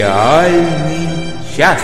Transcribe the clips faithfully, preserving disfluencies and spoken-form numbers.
Сериальный час.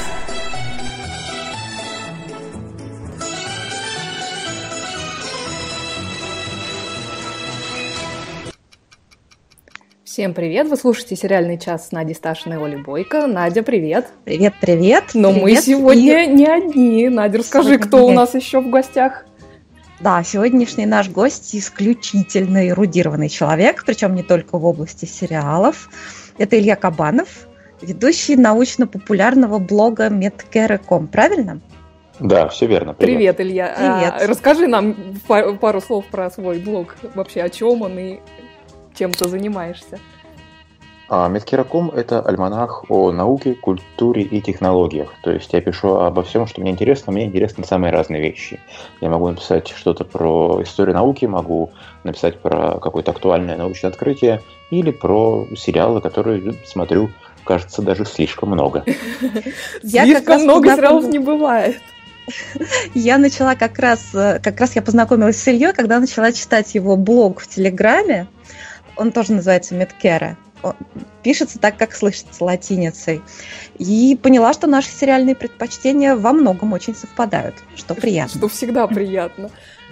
Всем привет! Вы слушаете «Сериальный час» с Надей Сташиной и Олей Бойко. Надя, привет! Привет-привет! Но привет. Мы сегодня и... не одни. Надя, расскажи, сегодня кто нет. у нас еще в гостях? Да, сегодняшний наш гость исключительно эрудированный человек, причем не только в области сериалов. Это Илья Кабанов, ведущий научно-популярного блога медкера точка ком, правильно? Да, все верно. Привет, Привет Илья. Привет. А, расскажи нам пару слов про свой блог, вообще о чем он и чем ты занимаешься. медкера точка ком – это альманах о науке, культуре и технологиях. То есть я пишу обо всем, что мне интересно. Мне интересны самые разные вещи. Я могу написать что-то про историю науки, могу написать про какое-то актуальное научное открытие или про сериалы, которые смотрю, кажется, даже слишком много. Слишком много сериалов не бывает. Я начала как раз, как раз я познакомилась с Ильей, когда начала читать его блог в Телеграме. Он тоже называется Медкера. Пишется так, как слышится, латиницей. И поняла, что наши сериальные предпочтения во многом очень совпадают, что приятно. Что всегда приятно.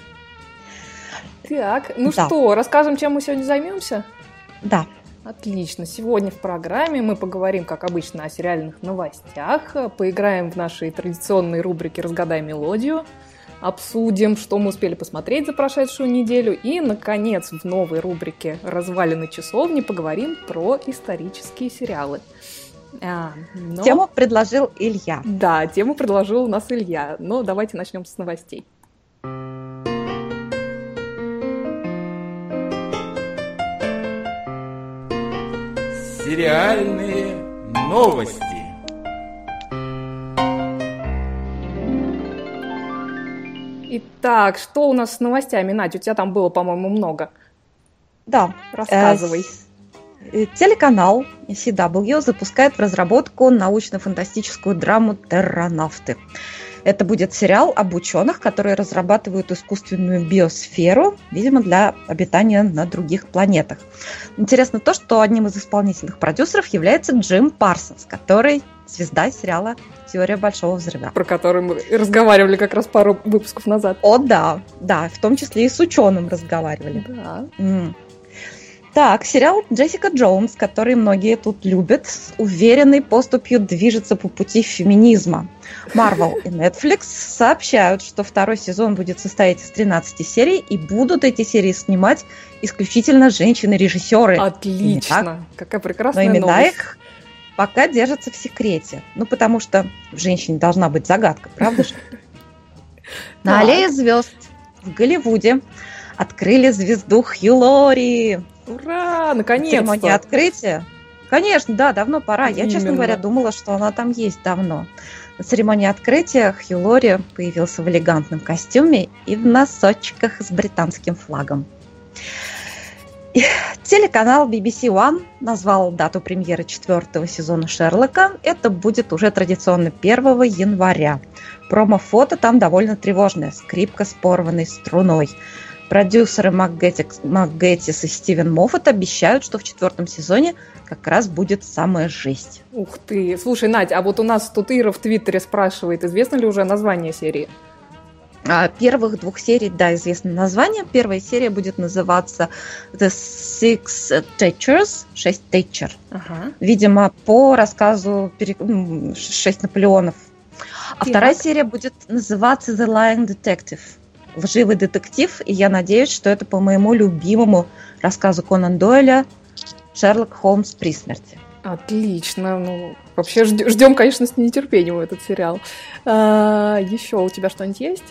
Так, ну да. что, расскажем, чем мы сегодня займемся? Да. Отлично. Сегодня в программе мы поговорим, как обычно, о сериальных новостях, поиграем в нашей традиционной рубрике «Разгадай мелодию», обсудим, что мы успели посмотреть за прошедшую неделю. И, наконец, в новой рубрике «Развалины часовни» поговорим про исторические сериалы. А, но... Тему предложил Илья. Да, тему предложил у нас Илья. Но давайте начнем с новостей. Сериальные новости. Итак, что у нас с новостями? Надя, у тебя там было, по-моему, много. Да. Рассказывай. Телеканал си дабл ю запускает в разработку научно-фантастическую драму «Терранавты». Это будет сериал об ученых, которые разрабатывают искусственную биосферу, видимо, для обитания на других планетах. Интересно то, что одним из исполнительных продюсеров является Джим Парсонс, который звезда сериала «Теория большого взрыва». Про который мы разговаривали как раз пару выпусков назад. О, да, да, в том числе и с ученым разговаривали. Да. Mm. Так, сериал «Джессика Джонс», который многие тут любят, с уверенной поступью движется по пути феминизма. Marvel и Netflix сообщают, что второй сезон будет состоять из тринадцати серий, и будут эти серии снимать исключительно женщины-режиссеры. Отлично! Какая прекрасная новость. Но имена новость. их пока держатся в секрете. Ну, потому что в женщине должна быть загадка, правда же? На аллее звезд в Голливуде открыли звезду Хью Лори. Ура! Наконец-то! Церемония открытия. Конечно, да, давно пора. Я, Именно. честно говоря, думала, что она там есть давно. На церемонии открытия Хью Лори появился в элегантном костюме и в носочках с британским флагом. И телеканал би би си One назвал дату премьеры четвертого сезона «Шерлока». Это будет уже традиционно первого января. Промо-фото там довольно тревожное. Скрипка с порванной струной. Продюсеры МакГеттис и Стивен Моффат обещают, что в четвертом сезоне как раз будет самая жесть. Ух ты! Слушай, Надь, а вот у нас тут Ира в Твиттере спрашивает, известно ли уже название серии? Первых двух серий, да, известно название. Первая серия будет называться The Six Teachers, шесть Teacher. Ага. Видимо, по рассказу «Шесть Наполеонов». А Ты вторая как? серия будет называться The Lying Detective. Лживый детектив, и я надеюсь, что это по моему любимому рассказу Конан Дойля «Шерлок Холмс при смерти». Отлично. Ну, вообще ждем, конечно, с нетерпением этот сериал. А, еще у тебя что-нибудь есть?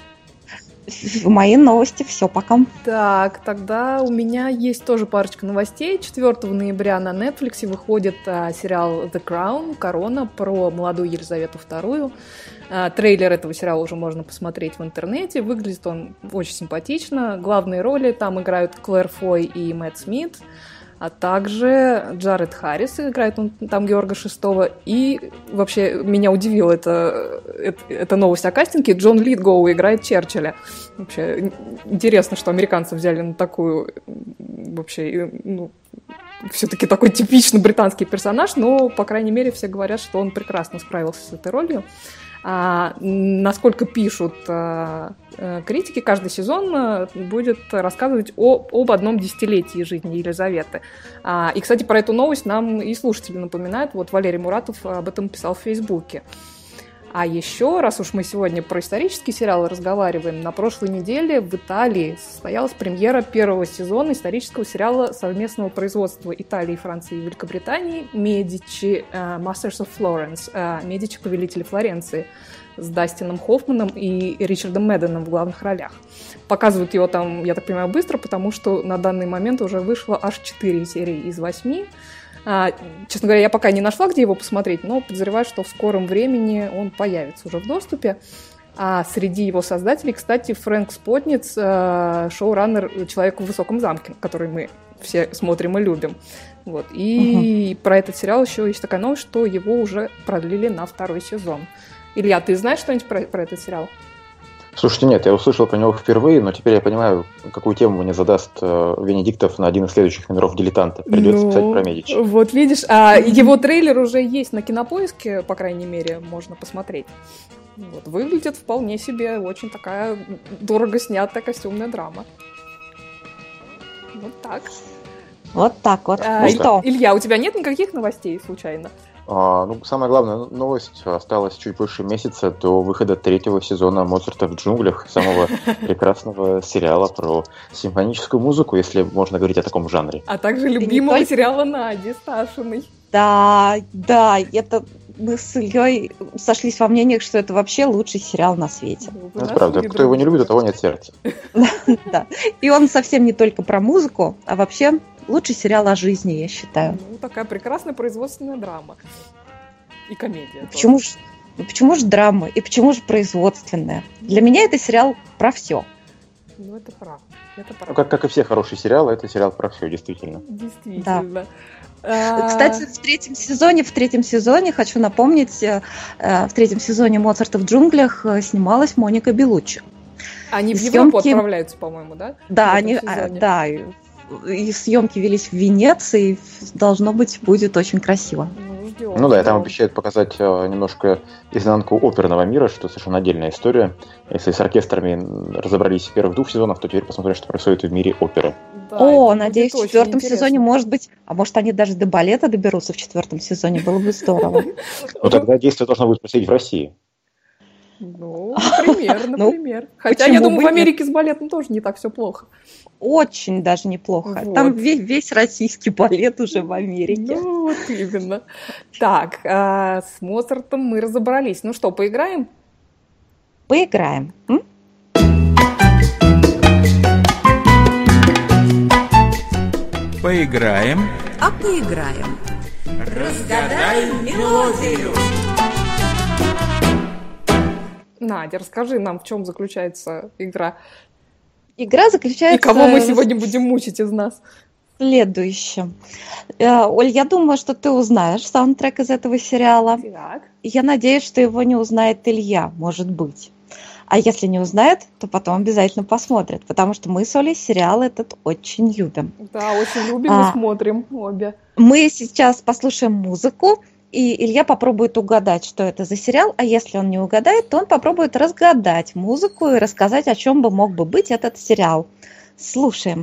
Мои новости все пока. Так, тогда у меня есть тоже парочка новостей. четвёртого ноября на Netflix выходит а, сериал The Crown, Корона, про молодую Елизавету вторую. А, трейлер этого сериала уже можно посмотреть в интернете. Выглядит он очень симпатично. Главные роли там играют Клэр Фой и Мэтт Смит. А также Джаред Харрис играет он там Георга шестого. И вообще меня удивила эта, эта, эта новость о кастинге. Джон Литгоу играет Черчилля. Вообще интересно, что американцы взяли на такую вообще ну, все-таки такой типичный британский персонаж, но, по крайней мере, все говорят, что он прекрасно справился с этой ролью. А, насколько пишут а, а, критики, каждый сезон а, будет рассказывать о, об одном десятилетии жизни Елизаветы. А, и, кстати, про эту новость нам и слушатели напоминают. Вот Валерий Муратов об этом писал в Фейсбуке. А еще, раз уж мы сегодня про исторические сериалы разговариваем, на прошлой неделе в Италии состоялась премьера первого сезона исторического сериала совместного производства Италии, Франции и Великобритании «Медичи uh, Masters of Florence», uh, «Медичи. Повелители Флоренции», с Дастином Хоффманом и Ричардом Мэдденом в главных ролях. Показывают его там, я так понимаю, быстро, потому что на данный момент уже вышло аж четыре серии из восьми. А, честно говоря, я пока не нашла, где его посмотреть, но подозреваю, что в скором времени он появится уже в доступе. А среди его создателей, кстати, Фрэнк Спотниц, шоураннер «Человек в высоком замке», который мы все смотрим и любим. Вот. И угу. про этот сериал еще есть такая новость, что его уже продлили на второй сезон. Илья, ты знаешь что-нибудь про, про этот сериал? Слушайте, нет, я услышал про него впервые, но теперь я понимаю, какую тему мне задаст э, Венедиктов на один из следующих номеров «Дилетанта». Придется ну, писать про Медичи. Вот видишь, а его трейлер уже есть на Кинопоиске, по крайней мере, можно посмотреть. Вот, выглядит вполне себе очень такая дорого снятая костюмная драма. Вот так. Вот так вот. А, ну Иль, что? Илья, у тебя нет никаких новостей случайно? А, ну, самая главная новость: осталось чуть больше месяца до выхода третьего сезона «Моцарта в джунглях», самого прекрасного сериала про симфоническую музыку, если можно говорить о таком жанре. А также любимого только... сериала Нади Сташиной. Да, да, это мы с Ильей сошлись во мнениях, что это вообще лучший сериал на свете. Ну, это правда, кто его не любит, у того нет сердца. Да, и он совсем не только про музыку, а вообще лучший сериал о жизни, я считаю. Ну, такая прекрасная производственная драма. И комедия. Почему же, почему же драма? И почему же производственная? Для меня это сериал про все. Ну, это правда. Это правда. Ну, как, как и все хорошие сериалы, это сериал про все, действительно. Действительно. Да. Кстати, в третьем сезоне, в третьем сезоне, хочу напомнить, в третьем сезоне «Моцарта в джунглях» снималась Моника Беллуччи. Они и в Европу съемки... отправляются, по-моему, да? Да, они, да. И съемки велись в Венеции, должно быть, будет очень красиво. Ну, ждем, ну да, ждем. и там обещают показать немножко изнанку оперного мира, что совершенно отдельная история. Если с оркестрами разобрались в первых двух сезонах, то теперь посмотрим, что происходит в мире оперы. Да, О, надеюсь, в четвертом сезоне, может быть, а может, они даже до балета доберутся в четвертом сезоне, было бы здорово. Ну тогда действие должно будет происходить в России. Ну, например, например. Хотя, я думаю, в Америке с балетом тоже не так все плохо. Очень даже неплохо. Вот. Там весь, весь российский балет уже в Америке. Ну, вот именно. Так, а с Моцартом мы разобрались. Ну что, поиграем? Поиграем. М? Поиграем. А поиграем. Разгадай мелодию. Надя, расскажи нам, в чем заключается игра. Игра заключается... И кого мы сегодня будем мучить из нас? Следующем. Оль, я думаю, что ты узнаешь саундтрек из этого сериала. Так. Я надеюсь, что его не узнает Илья, может быть. А если не узнает, то потом обязательно посмотрит, потому что мы с Олей сериал этот очень любим. Да, очень любим а, и смотрим обе. Мы сейчас послушаем музыку, и Илья попробует угадать, что это за сериал, а если он не угадает, то он попробует разгадать музыку и рассказать, о чем бы мог бы быть этот сериал. Слушаем.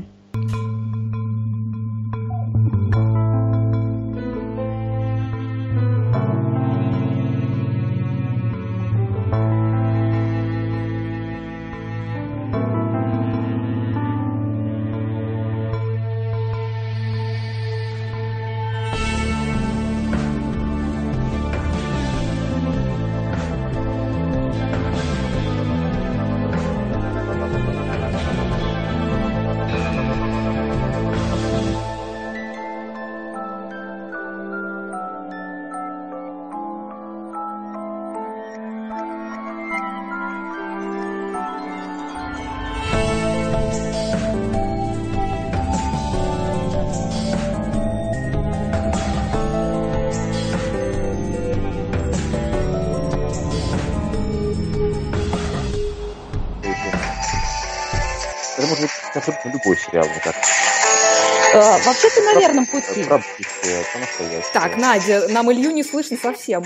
Это может быть абсолютно любой сериал, мне кажется. Э, вообще ты на верном пути. Так, Надя, нам Илью не слышно совсем.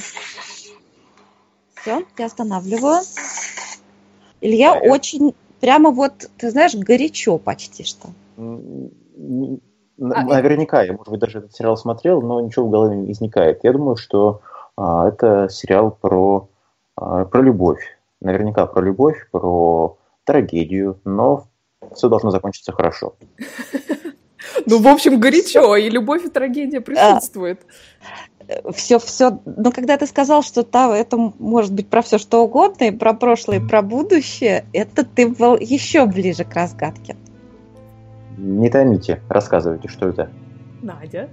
Все, я останавливаю. Илья да, очень, я... прямо вот, ты знаешь, горячо почти что. Наверняка, я, может быть, даже этот сериал смотрел, но ничего в голове не возникает. Я думаю, что а, это сериал про, а, про любовь. Наверняка про любовь, про трагедию, но все должно закончиться хорошо. Ну, в общем, горячо, и любовь, и трагедия присутствует. Все, все. Но когда ты сказал, что там это может быть про все что угодно, и про прошлое, и про будущее, это ты был еще ближе к разгадке. Не томите, рассказывайте, что это. Надя.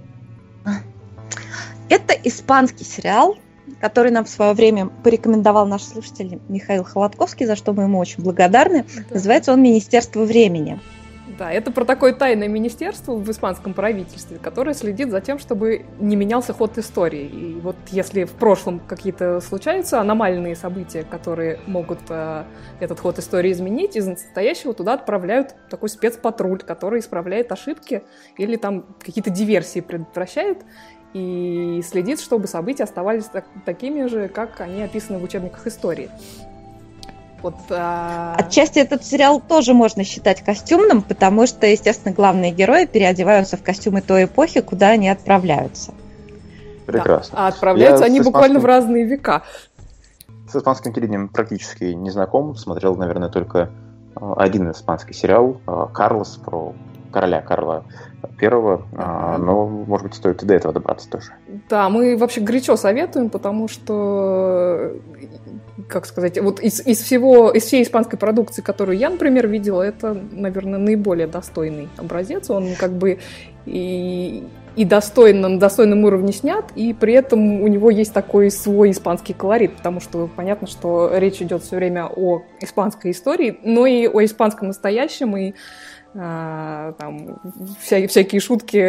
Это испанский сериал, который нам в свое время порекомендовал наш слушатель Михаил Холодковский, за что мы ему очень благодарны. Да. Называется он «Министерство времени». Да, это про такое тайное министерство в испанском правительстве, которое следит за тем, чтобы не менялся ход истории. И вот если в прошлом какие-то случаются аномальные события, которые могут э, этот ход истории изменить, из настоящего туда отправляют такой спецпатруль, который исправляет ошибки или там какие-то диверсии предотвращает и следит, чтобы события оставались так, такими же, как они описаны в учебниках истории. Вот, а... Отчасти этот сериал тоже можно считать костюмным, потому что, естественно, главные герои переодеваются в костюмы той эпохи, куда они отправляются. Прекрасно. Да. А отправляются Я они испанским... буквально в разные века. С испанским телевидением практически не знаком. Смотрел, наверное, только один испанский сериал «Карлос», про короля Карла Первого, uh-huh. но, может быть, стоит и до этого добраться тоже. Да, мы вообще горячо советуем, потому что, как сказать, вот из, из всего, из всей испанской продукции, которую я, например, видела, это, наверное, наиболее достойный образец. Он как бы и, и достойно, на достойном уровне снят, и при этом у него есть такой свой испанский колорит, потому что понятно, что речь идет все время о испанской истории, но и о испанском настоящем, и А, там, вся, всякие шутки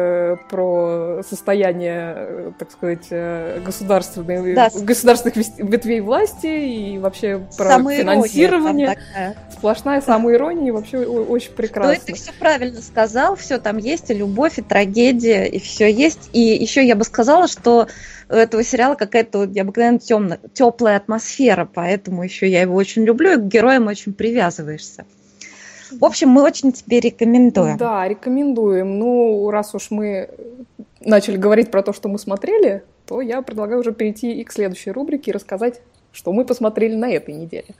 про состояние, так сказать, государственных, да, государственных ветвей власти и вообще про самоирония, финансирование. Сплошная самоирония, и вообще очень прекрасно. Ну, ты все правильно сказал, все там есть, и любовь, и трагедия, и все есть. И еще я бы сказала, что у этого сериала какая-то необыкновенно темная, теплая атмосфера, поэтому еще я его очень люблю, и к героям очень привязываешься. В общем, мы очень тебе рекомендуем. Да, рекомендуем. Ну, раз уж мы начали говорить про то, что мы смотрели, то я предлагаю уже перейти и к следующей рубрике и рассказать, что мы посмотрели на этой неделе.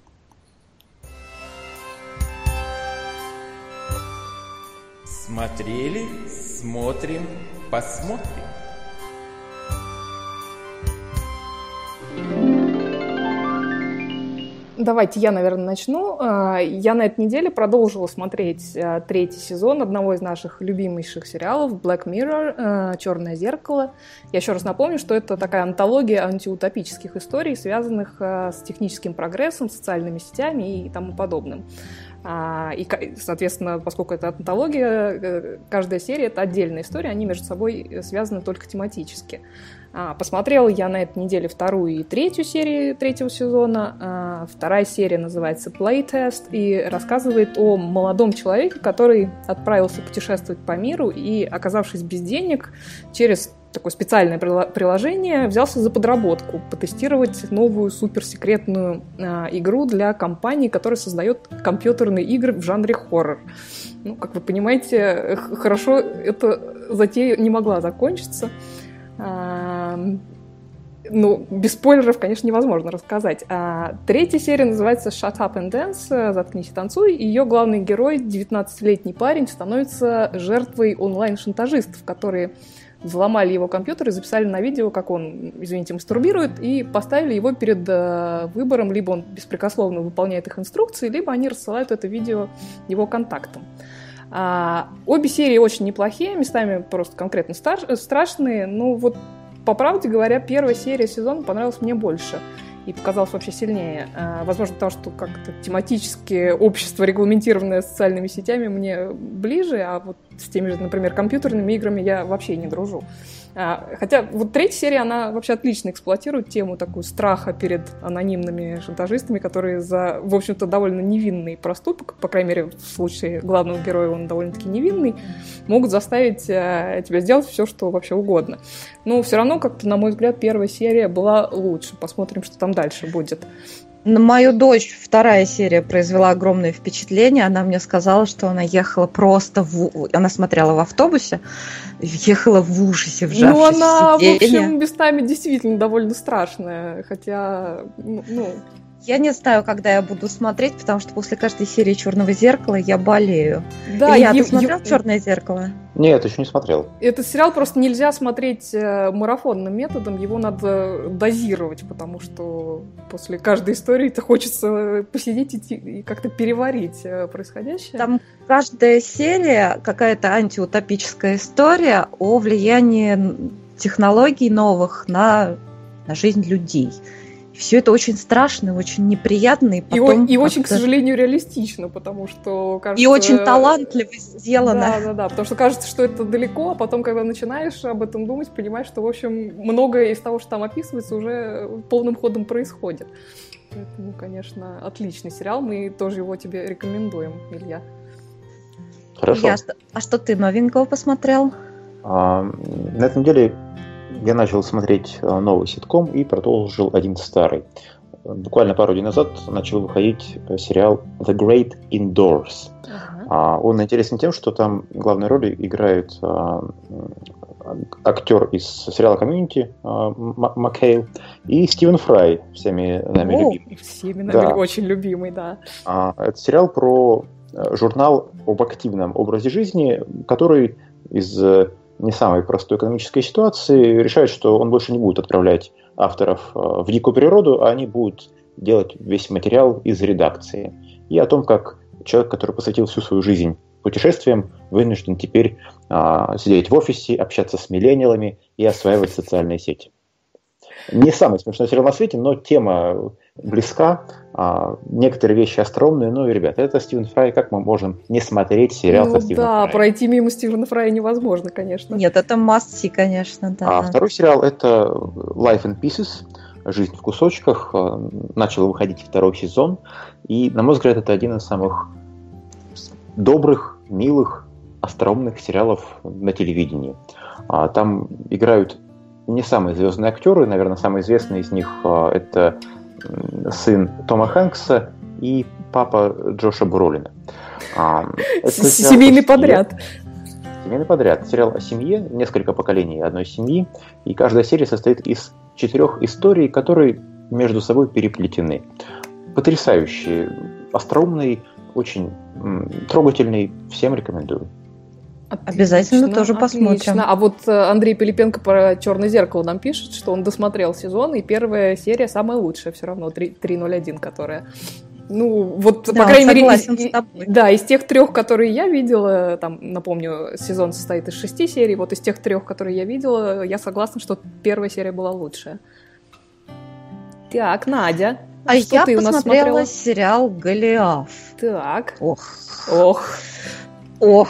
Смотрели, смотрим, посмотрим. Давайте я, наверное, начну. Я на этой неделе продолжила смотреть третий сезон одного из наших любимейших сериалов Black Mirror, «Черное зеркало». Я еще раз напомню, что это такая антология антиутопических историй, связанных с техническим прогрессом, социальными сетями и тому подобным. И, соответственно, поскольку это антология, каждая серия — это отдельная история, они между собой связаны только тематически. Посмотрела я на этой неделе вторую и третью серию третьего сезона. Вторая серия называется Playtest и рассказывает о молодом человеке, который отправился путешествовать по миру и, оказавшись без денег, через такое специальное приложение взялся за подработку потестировать новую суперсекретную игру для компании, которая создает компьютерные игры в жанре хоррор. Ну, как вы понимаете, хорошо эта затея не могла закончиться. Ну, без спойлеров, конечно, невозможно рассказать. А третья серия называется «Shut up and dance», «Заткнись и танцуй». Ее главный герой, девятнадцатилетний парень, становится жертвой онлайн-шантажистов, которые взломали его компьютер и записали на видео, как он, извините, мастурбирует, и поставили его перед выбором: либо он беспрекословно выполняет их инструкции, либо они рассылают это видео его контактам. А, обе серии очень неплохие, местами просто конкретно стар- страшные, но вот, по правде говоря, первая серия сезона понравилась мне больше и показалась вообще сильнее. А, возможно, потому что как-то тематически общество, регламентированное социальными сетями, мне ближе, а вот с теми же, например, компьютерными играми я вообще не дружу. Хотя вот третья серия, она вообще отлично эксплуатирует тему такую страха перед анонимными шантажистами, которые за, в общем-то, довольно невинный проступок, по крайней мере, в случае главного героя он довольно-таки невинный, могут заставить тебя сделать все, что вообще угодно. Но все равно, как-то, на мой взгляд, первая серия была лучше. Посмотрим, что там дальше будет. На мою дочь вторая серия произвела огромное впечатление. Она мне сказала, что она ехала просто в... Она смотрела в автобусе, ехала в ужасе, вжавшись ну, она, в сиденье. в общем, местами действительно довольно страшная. Хотя, ну... Я не знаю, когда я буду смотреть, потому что после каждой серии «Черного зеркала» я болею. Да, Илья, е- ты смотрел е- «Черное зеркало»? Нет, еще не смотрел. Этот сериал просто нельзя смотреть марафонным методом, его надо дозировать, потому что после каждой истории-то хочется посидеть и, и как-то переварить происходящее. Там каждая серия какая-то антиутопическая история о влиянии технологий новых на, на жизнь людей. Все это очень страшно, очень неприятно. И, потом и, и очень, к сожалению, реалистично, потому что кажется... И очень талантливо сделано. Да, да, да, потому что кажется, что это далеко, а потом, когда начинаешь об этом думать, понимаешь, что, в общем, многое из того, что там описывается, уже полным ходом происходит. Поэтому, конечно, отличный сериал, мы тоже его тебе рекомендуем, Илья. Хорошо. Илья, а что ты новенького посмотрел? А, на этой неделе я начал смотреть новый ситком и продолжил один старый. Буквально пару дней назад начал выходить сериал The Great Indoors. Uh-huh. Он интересен тем, что там главные роли играют актер из сериала «Комьюнити» Макхейл и Стивен Фрай, всеми нами oh, любимый. Всеми нами да. Очень любимый, да. Это сериал про журнал об активном образе жизни, который из не самой простой экономической ситуации решает, что он больше не будет отправлять авторов в дикую природу, а они будут делать весь материал из редакции. И о том, как человек, который посвятил всю свою жизнь путешествиям, вынужден теперь а, сидеть в офисе, общаться с миллениалами и осваивать социальные сети. Не самый смешной сериал на свете, но тема близка, а, некоторые вещи остроумные. Ну и, ребята, это Стивен Фрай, как мы можем не смотреть сериал ну, со Стивеном да, Фрай? Да, пройти мимо Стивена Фрая невозможно, конечно. Нет, это must-see, конечно, да. А второй сериал — это Life in Pieces, «Жизнь в кусочках». Начал выходить второй сезон, и, на мой взгляд, это один из самых добрых, милых, остроумных сериалов на телевидении. Там играют не самые звездные актеры, наверное, самый известный из них — это сын Тома Хэнкса и папа Джоша Бролина. Семейный подряд. Семейный подряд. Сериал о семье, несколько поколений одной семьи, и каждая серия состоит из четырех историй, которые между собой переплетены. Потрясающий, остроумный, очень м, трогательный. Всем рекомендую. Отлично, обязательно тоже отлично. Посмотрим. А вот Андрей Пилипенко про «Черное зеркало» нам пишет, что он досмотрел сезон, и первая серия самая лучшая все равно, три ноль один, которая... Ну, вот, да, по крайней мере, из, с тобой. Да, из тех трех, которые я видела, там, напомню, сезон состоит из шести серий, вот из тех трех, которые я видела, я согласна, что первая серия была лучшая. Так, Надя, а что я ты у нас посмотрела смотрела? сериал «Голиаф». Так. Ох. Ох. Ох.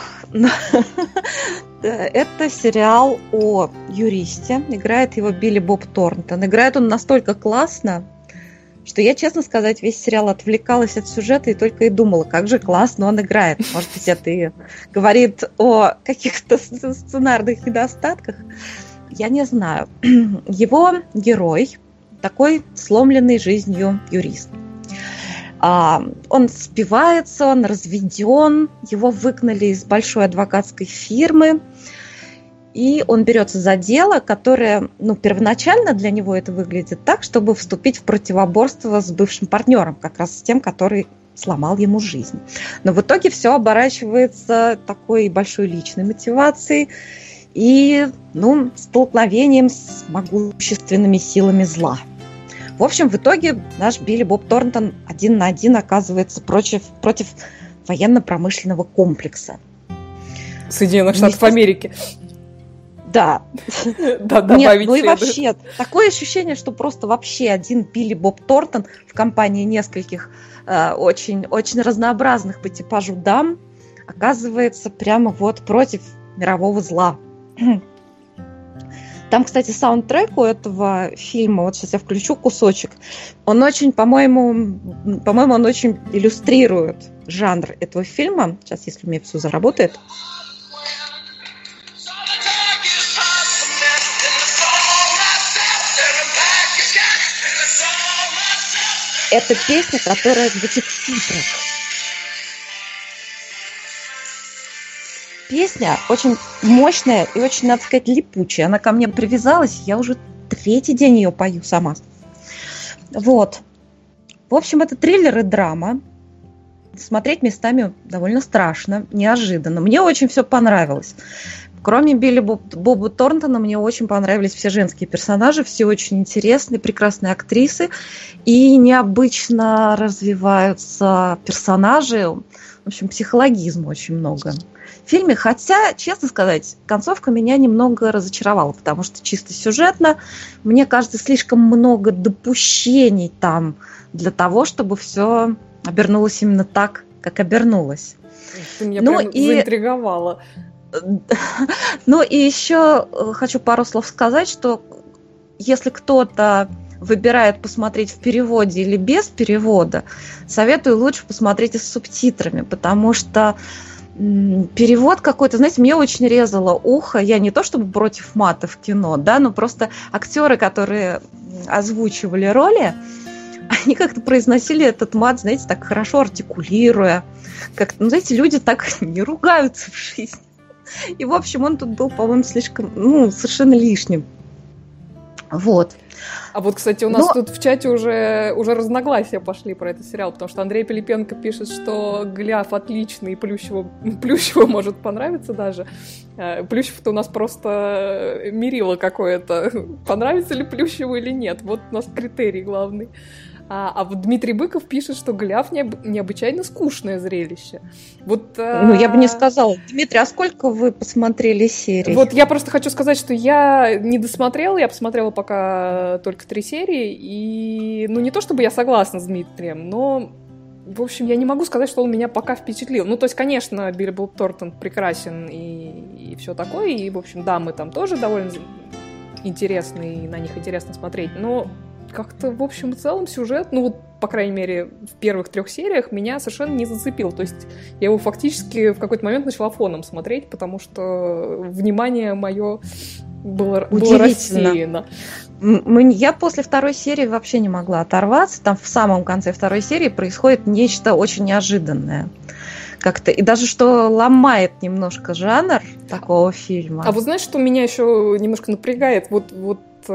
Это сериал о юристе. Играет его Билли Боб Торнтон. Играет он настолько классно, что я, честно сказать, весь сериал отвлекалась от сюжета и только и думала, как же классно он играет. Может быть, это и говорит о каких-то сценарных недостатках. Я не знаю. Его герой такой сломленный жизнью юрист. Он спивается, он разведен, его выгнали из большой адвокатской фирмы, и он берется за дело, которое, ну, первоначально для него это выглядит так, чтобы вступить в противоборство с бывшим партнером, как раз с тем, который сломал ему жизнь. Но в итоге все оборачивается такой большой личной мотивацией и, ну, столкновением с могущественными силами зла. В общем, в итоге наш Билли Боб Торнтон один на один оказывается против, против военно-промышленного комплекса. Соединенных Штатов Америки. Да. Да, нет, ну и вообще, такое ощущение, что просто вообще один Билли Боб Торнтон в компании нескольких э, очень, очень разнообразных по типажу дам оказывается прямо вот против мирового зла. Там, кстати, саундтрек у этого фильма, вот сейчас я включу кусочек, он очень, по-моему, по-моему, он очень иллюстрирует жанр этого фильма. Сейчас, если у меня все заработает. Это песня, которая звучит в титрах. Песня очень мощная и очень, надо сказать, липучая. Она ко мне привязалась, я уже третий день ее пою сама. Вот. В общем, это триллер и драма. Смотреть местами довольно страшно, неожиданно. Мне очень все понравилось. Кроме Билли Боб, Боба Торнтона, мне очень понравились все женские персонажи, все очень интересные, прекрасные актрисы, и необычно развиваются персонажи, в общем, психологизма очень много в фильме, хотя, честно сказать, концовка меня немного разочаровала, потому что чисто сюжетно, мне кажется, слишком много допущений там для того, чтобы все обернулось именно так, как обернулось. Ты меня ну, прям и... заинтриговала. Ну и еще хочу пару слов сказать, что если кто-то выбирает посмотреть в переводе или без перевода, советую лучше посмотреть и с субтитрами, потому что перевод какой-то, знаете, мне очень резало ухо. Я не то чтобы против мата в кино, да, но просто актеры, которые озвучивали роли, они как-то произносили этот мат, знаете, так хорошо артикулируя. Как, ну, знаете, люди так не ругаются в жизни. И, в общем, он тут был, по-моему, слишком, ну, совершенно лишним. Вот. А вот, кстати, у нас Но... тут в чате уже, уже разногласия пошли про этот сериал, потому что Андрей Пилипенко пишет, что Голиаф отличный, и Плющеву, Плющеву может понравиться даже. Плющев-то у нас просто мерило какое-то, понравится ли Плющеву или нет. Вот у нас критерий главный. А, а вот Дмитрий Быков пишет, что Голиаф необ... необычайно скучное зрелище. Вот, ну, я бы не сказала. Дмитрий, а сколько вы посмотрели серий? Вот я просто хочу сказать, что я не досмотрела, я посмотрела пока только три серии, и, ну, не то чтобы я согласна с Дмитрием, но, в общем, я не могу сказать, что он меня пока впечатлил. Ну, то есть, конечно, Билли Боб Торнтон прекрасен и, и все такое, и, в общем, дамы там тоже довольно интересны, и на них интересно смотреть, но как-то, в общем, в целом сюжет, ну вот, по крайней мере, в первых трех сериях меня совершенно не зацепил. То есть я его фактически в какой-то момент начала фоном смотреть, потому что внимание мое было, было рассеяно. Я после второй серии вообще не могла оторваться. Там в самом конце второй серии происходит нечто очень неожиданное. Как-то, и даже что ломает немножко жанр такого фильма. А вот знаешь, что меня еще немножко напрягает? Вот, вот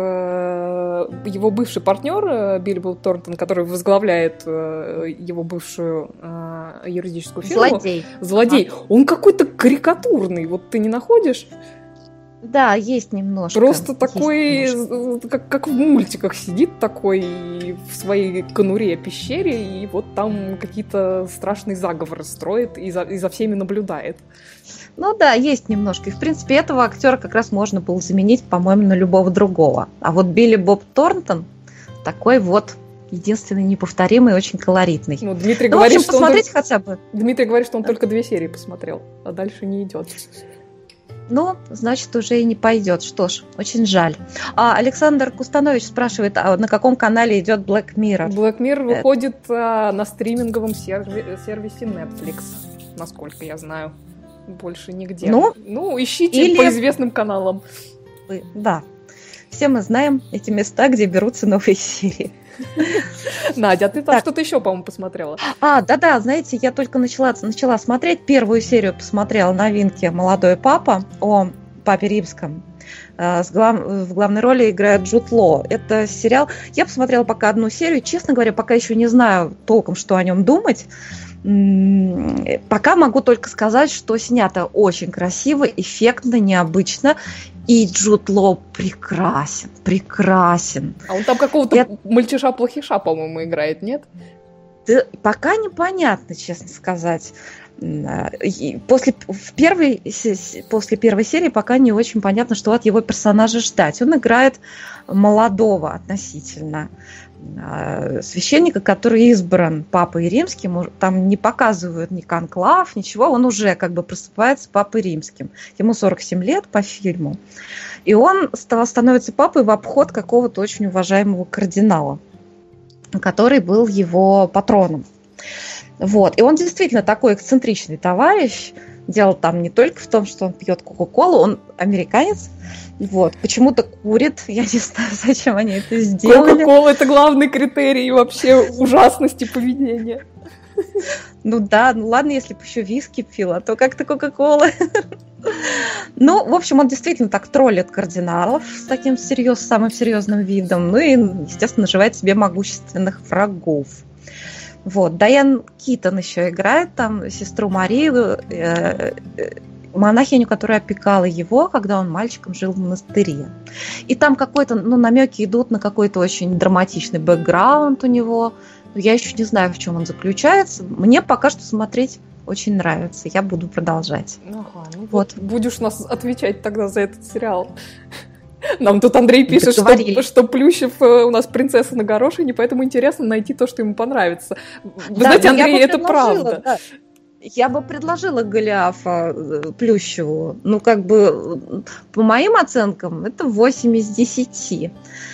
его бывший партнер Билли Боб Торнтон, который возглавляет его бывшую юридическую фирму. Злодей. Злодей. А. Он какой-то карикатурный. Вот ты не находишь? Да, есть немножко. Просто такой, немножко. Как, как в мультиках сидит такой в своей конуре, пещере, и вот там какие-то страшные заговоры строит и за, и за всеми наблюдает. Ну да, есть немножко. И, в принципе, этого актера как раз можно было заменить, по-моему, на любого другого. А вот Билли Боб Торнтон такой вот единственный, неповторимый, очень колоритный. Ну, Дмитрий ну, говорит, в общем, что посмотрите он... хотя бы. Дмитрий говорит, что он только две серии посмотрел, а дальше не идет. Ну, значит, уже и не пойдет. Что ж, очень жаль. А Александр Кустанович спрашивает, а на каком канале идет Black Mirror? Black Mirror Это... выходит а, на стриминговом серви- сервисе Netflix, насколько я знаю. Больше нигде. Ну, ну ищите или... по известным каналам. Да. Все мы знаем эти места, где берутся новые серии. Надя, а ты там что-то еще, по-моему, посмотрела? А, да-да, знаете, я только начала, начала смотреть. Первую серию посмотрела новинки «Молодой папа» о папе римском. С глав... В главной роли играет Джуд Лоу. Это сериал... Я посмотрела пока одну серию. Честно говоря, пока еще не знаю толком, что о нем думать. Пока могу только сказать, что снято очень красиво, эффектно, необычно. И Джуд Лоу прекрасен, прекрасен. А он там какого-то Я... мальчиша-плохиша, по-моему, играет, нет? Да, пока непонятно, честно сказать. После, в первой, после первой серии пока не очень понятно, что от его персонажа ждать. Он играет молодого относительно священника, который избран Папой Римским. Там не показывают ни конклав, ничего. Он уже как бы просыпается Папой Римским. Ему сорок семь лет по фильму. И он становится папой в обход какого-то очень уважаемого кардинала, который был его патроном. Вот. И он действительно такой эксцентричный товарищ. Дело там не только в том, что он пьет Кока-Колу, он американец. Вот. Почему-то курит. Я не знаю, зачем они это сделали. Кока-кола – это главный критерий вообще ужасности поведения. Ну да, ну ладно, если бы еще виски пил, а то как-то Кока-кола. Ну, в общем, он действительно так троллит кардиналов с таким серьез, самым серьезным видом. Ну и, естественно, наживает себе могущественных врагов. Вот. Дайан Китон еще играет там сестру Марию, э, э, монахиню, которая опекала его, когда он мальчиком жил в монастыре. И там какой-то, ну, намеки идут на какой-то очень драматичный бэкграунд у него. Я еще не знаю, в чем он заключается. Мне пока что смотреть очень нравится. Я буду продолжать. Ага, ну вот. вот. Будешь нас отвечать тогда за этот сериал. Нам тут Андрей пишет, что, что Плющев у нас принцесса на горошине, поэтому интересно найти то, что ему понравится. Вы да, знаете, Андрей, это правда. Да. Я бы предложила Голиафа Плющеву. Ну, как бы, по моим оценкам, это восемь из десяти.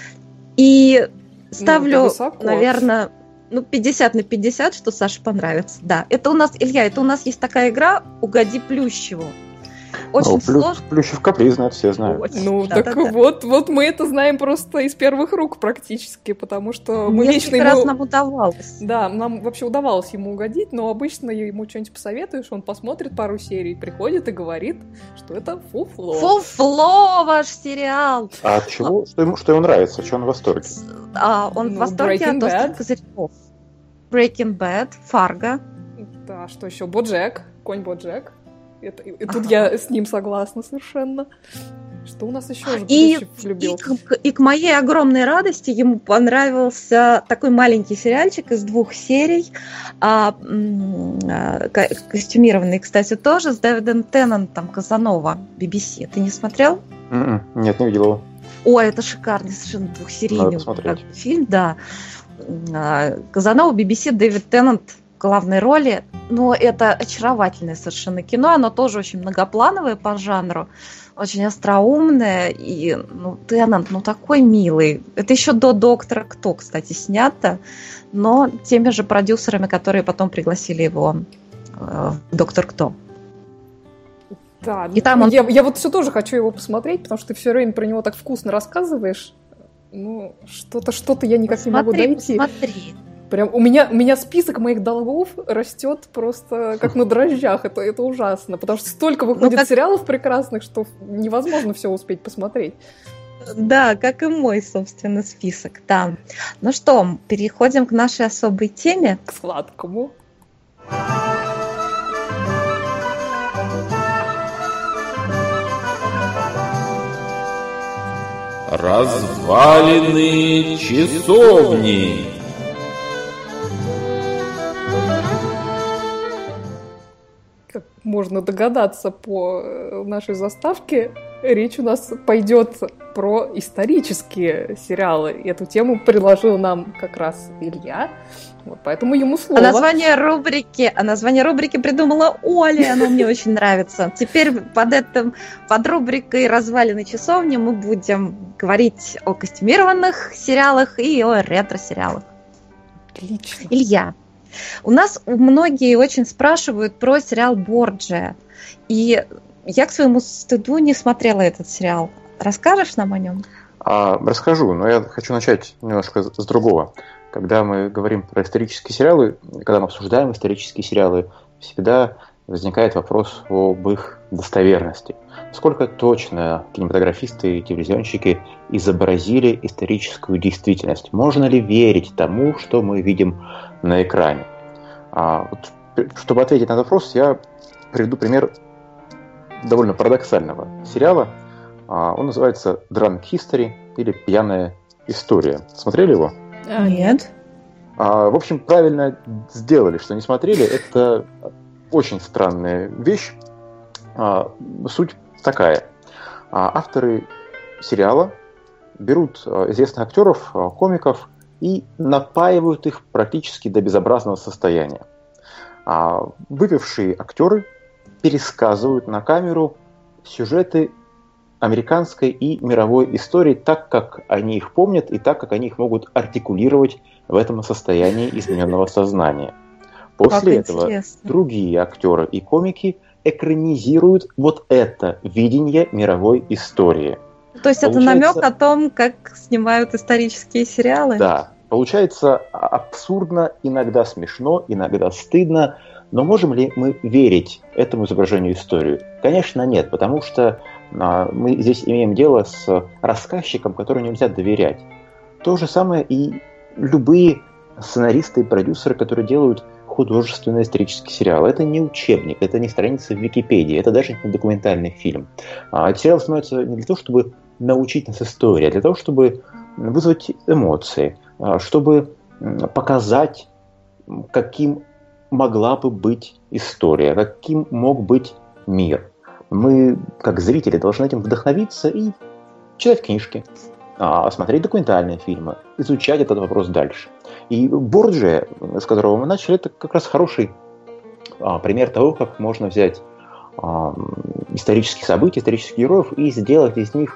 И ставлю, ну, наверное, ну, пятьдесят на пятьдесят, что Саше понравится. Да, это у нас, Илья, это у нас есть такая игра «Угоди Плющеву». Очень ну, сложно. Плющев капризный, это все знают. Очень, ну, да, так да, вот, да. вот мы это знаем просто из первых рук практически, потому что мы Несколько лично раз ему... нам удавалось. Да, нам вообще удавалось ему угодить, но обычно ему что-нибудь посоветуешь, он посмотрит пару серий, приходит и говорит, что это фуфло. Фуфло ваш сериал! А от чего? Что ему, что ему нравится? Что он в восторге? А, он ну, в восторге от «Острых козырьков». Breaking Bad, Фарго. Да, что еще? Боджек, конь Боджек. Это, и тут ага. я с ним согласна совершенно. Что у нас еще же и, и, к, и к моей огромной радости ему понравился такой маленький сериальчик из двух серий, а, а, костюмированный, кстати, тоже, с Дэвидом Теннантом, Казанова, би би си. Ты не смотрел? Mm-mm. Нет, не видел его. Ой, это шикарный совершенно двухсерийный фильм, да. Казанова, би би си, Дэвид Теннант в главной роли. Но это очаровательное совершенно кино. Оно тоже очень многоплановое по жанру, очень остроумное. И ну, Теннант, ну такой милый. Это еще до «Доктора Кто», кстати, снято. Но теми же продюсерами, которые потом пригласили его в «Доктор Кто». Да, и там он... я, я вот все тоже хочу его посмотреть, потому что ты все время про него так вкусно рассказываешь. Ну, что-то, что-то я никак посмотри, не могу дойти. Посмотри. Прям у меня, у меня список моих долгов растет просто как на дрожжах. Это, это ужасно, потому что столько выходит ну, как... сериалов прекрасных, что невозможно все успеть посмотреть. Да, как и мой, собственно, список. Да. Ну что, переходим к нашей особой теме. К сладкому. Развалины часовни. Как можно догадаться по нашей заставке, речь у нас пойдет про исторические сериалы. И эту тему предложил нам как раз Илья. Вот, поэтому ему слово. А название рубрики, а название рубрики придумала Оля, оно мне очень нравится. Теперь под этим, под рубрикой «Развалины часовни» мы будем говорить о костюмированных сериалах и о ретро-сериалах. Отлично. Илья, у нас многие очень спрашивают про сериал «Борджиа». И я, к своему стыду, не смотрела этот сериал. Расскажешь нам о нем? А, расскажу, но я хочу начать немножко с другого. Когда мы говорим про исторические сериалы, когда мы обсуждаем исторические сериалы, всегда возникает вопрос об их достоверности. Насколько точно кинематографисты и телевизионщики изобразили историческую действительность? Можно ли верить тому, что мы видим на экране? А, вот, чтобы ответить на этот вопрос, я приведу пример довольно парадоксального сериала. А, он называется «Drunk History» или «Пьяная история». Смотрели его? А, нет. А, в общем, правильно сделали, что не смотрели. Это очень странная вещь. Суть такая. Авторы сериала берут известных актеров, комиков и напаивают их практически до безобразного состояния. Выпившие актеры пересказывают на камеру сюжеты американской и мировой истории так, как они их помнят, и так, как они их могут артикулировать в этом состоянии измененного сознания. После как этого интересно. Другие актеры и комики экранизируют вот это видение мировой истории. То есть это Получается... намек о том, как снимают исторические сериалы? Да. Получается абсурдно, иногда смешно, иногда стыдно. Но можем ли мы верить этому изображению истории? Конечно, нет, потому что а, мы здесь имеем дело с рассказчиком, которому нельзя доверять. То же самое и любые сценаристы и продюсеры, которые делают художественный исторический сериал. Это не учебник, это не страница в Википедии, это даже не документальный фильм. А, этот сериал становится не для того, чтобы научить нас истории, а для того, чтобы вызвать эмоции, чтобы показать, каким могла бы быть история, каким мог быть мир. Мы, как зрители, должны этим вдохновиться и читать книжки, смотреть документальные фильмы, изучать этот вопрос дальше. И Борджиа, с которого мы начали, это как раз хороший а, пример того, как можно взять а, исторические события, исторических героев и сделать из них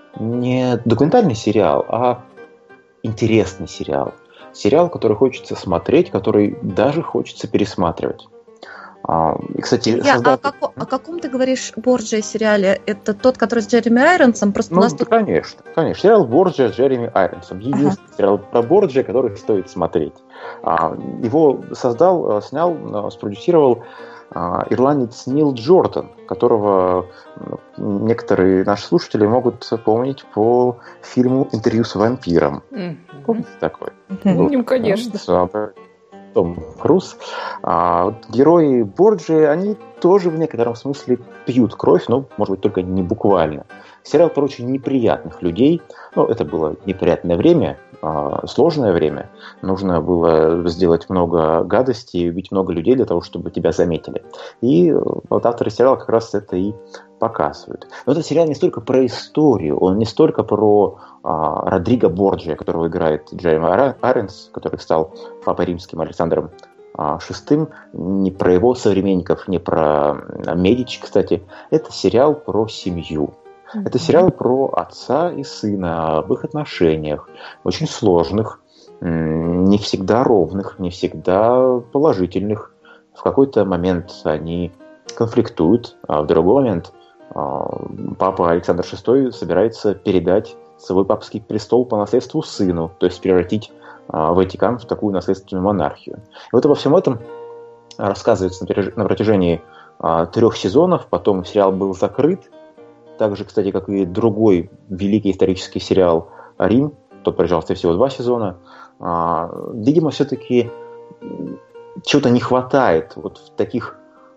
не документальный сериал, а интересный сериал. Сериал, который хочется смотреть, который даже хочется пересматривать. А, и, кстати, Я, создав... а како, о каком ты говоришь Борджиа сериале? Это тот, который с Джереми Айронсом? Просто ну, нас да, тут... конечно, конечно. Сериал Борджиа с Джереми Айронсом. Единственный ага. сериал про Борджиа, который стоит смотреть. А, его создал, снял, спродюсировал а, ирландец Нил Джордан, которого некоторые наши слушатели могут помнить по фильму «Интервью с вампиром». Mm-hmm. Помните такой? Mm-hmm. Ну, конечно. Том Круз. А, вот герои Борджиа, они тоже в некотором смысле пьют кровь, но, может быть, только не буквально. Сериал про очень неприятных людей. Ну, это было неприятное время, а, сложное время. Нужно было сделать много гадостей, убить много людей для того, чтобы тебя заметили. И вот авторы сериала как раз это и показывают. Но этот сериал не столько про историю, он не столько про а, Родриго Борджиа, которого играет Джереми Айронс, который стал папой римским Александром а, шестым, не про его современников, не про Медичи, кстати. Это сериал про семью. Mm-hmm. Это сериал про отца и сына, об их отношениях, очень сложных, не всегда ровных, не всегда положительных. В какой-то момент они конфликтуют, а в другой момент папа Александр шестой собирается передать свой папский престол по наследству сыну, то есть превратить Ватикан в такую наследственную монархию. И вот обо всем этом рассказывается на протяжении трех сезонов, потом сериал был закрыт, так же, кстати, как и другой великий исторический сериал «Рим», тот продержался всего два сезона. Видимо, все-таки чего-то не хватает вот в таких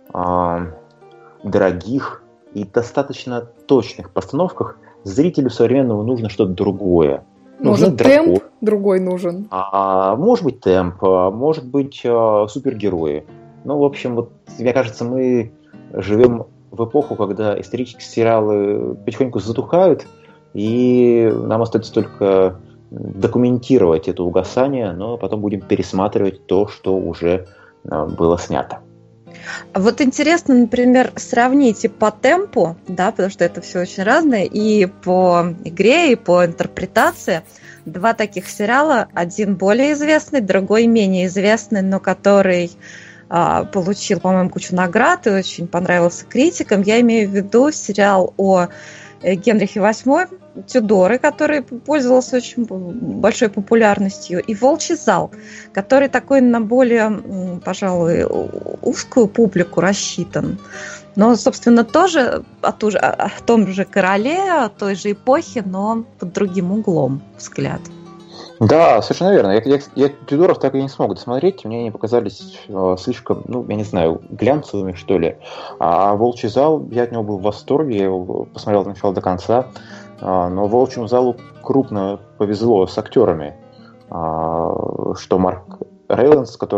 дорогих и достаточно точных постановках. Зрителю современному нужно что-то другое. Может, темп другой нужен? А, может быть, темп, а может быть, а, супергерои. Ну, в общем, вот, мне кажется, мы живем в эпоху, когда исторические сериалы потихоньку затухают, и нам остается только документировать это угасание, но потом будем пересматривать то, что уже а, было снято. Вот интересно, например, сравните по темпу, да, потому что это все очень разное, и по игре, и по интерпретации. Два таких сериала, один более известный, другой менее известный, но который а, получил, по-моему, кучу наград и очень понравился критикам. Я имею в виду сериал о Генрихе восьмом, Тюдоры, который пользовался очень большой популярностью, и «Волчий зал», который такой на более, пожалуй, узкую публику рассчитан. Но, собственно, тоже о, ту же, о том же короле, о той же эпохе, но под другим углом взгляд. Да, совершенно верно. Я, я, я Тюдоров так и не смог досмотреть. Мне они показались э, слишком, ну, я не знаю, глянцевыми, что ли. А «Волчий зал», я от него был в восторге, я его посмотрел от начала до конца. А, но «Волчьему залу» крупно повезло с актерами. А, что Марк Рейланс, который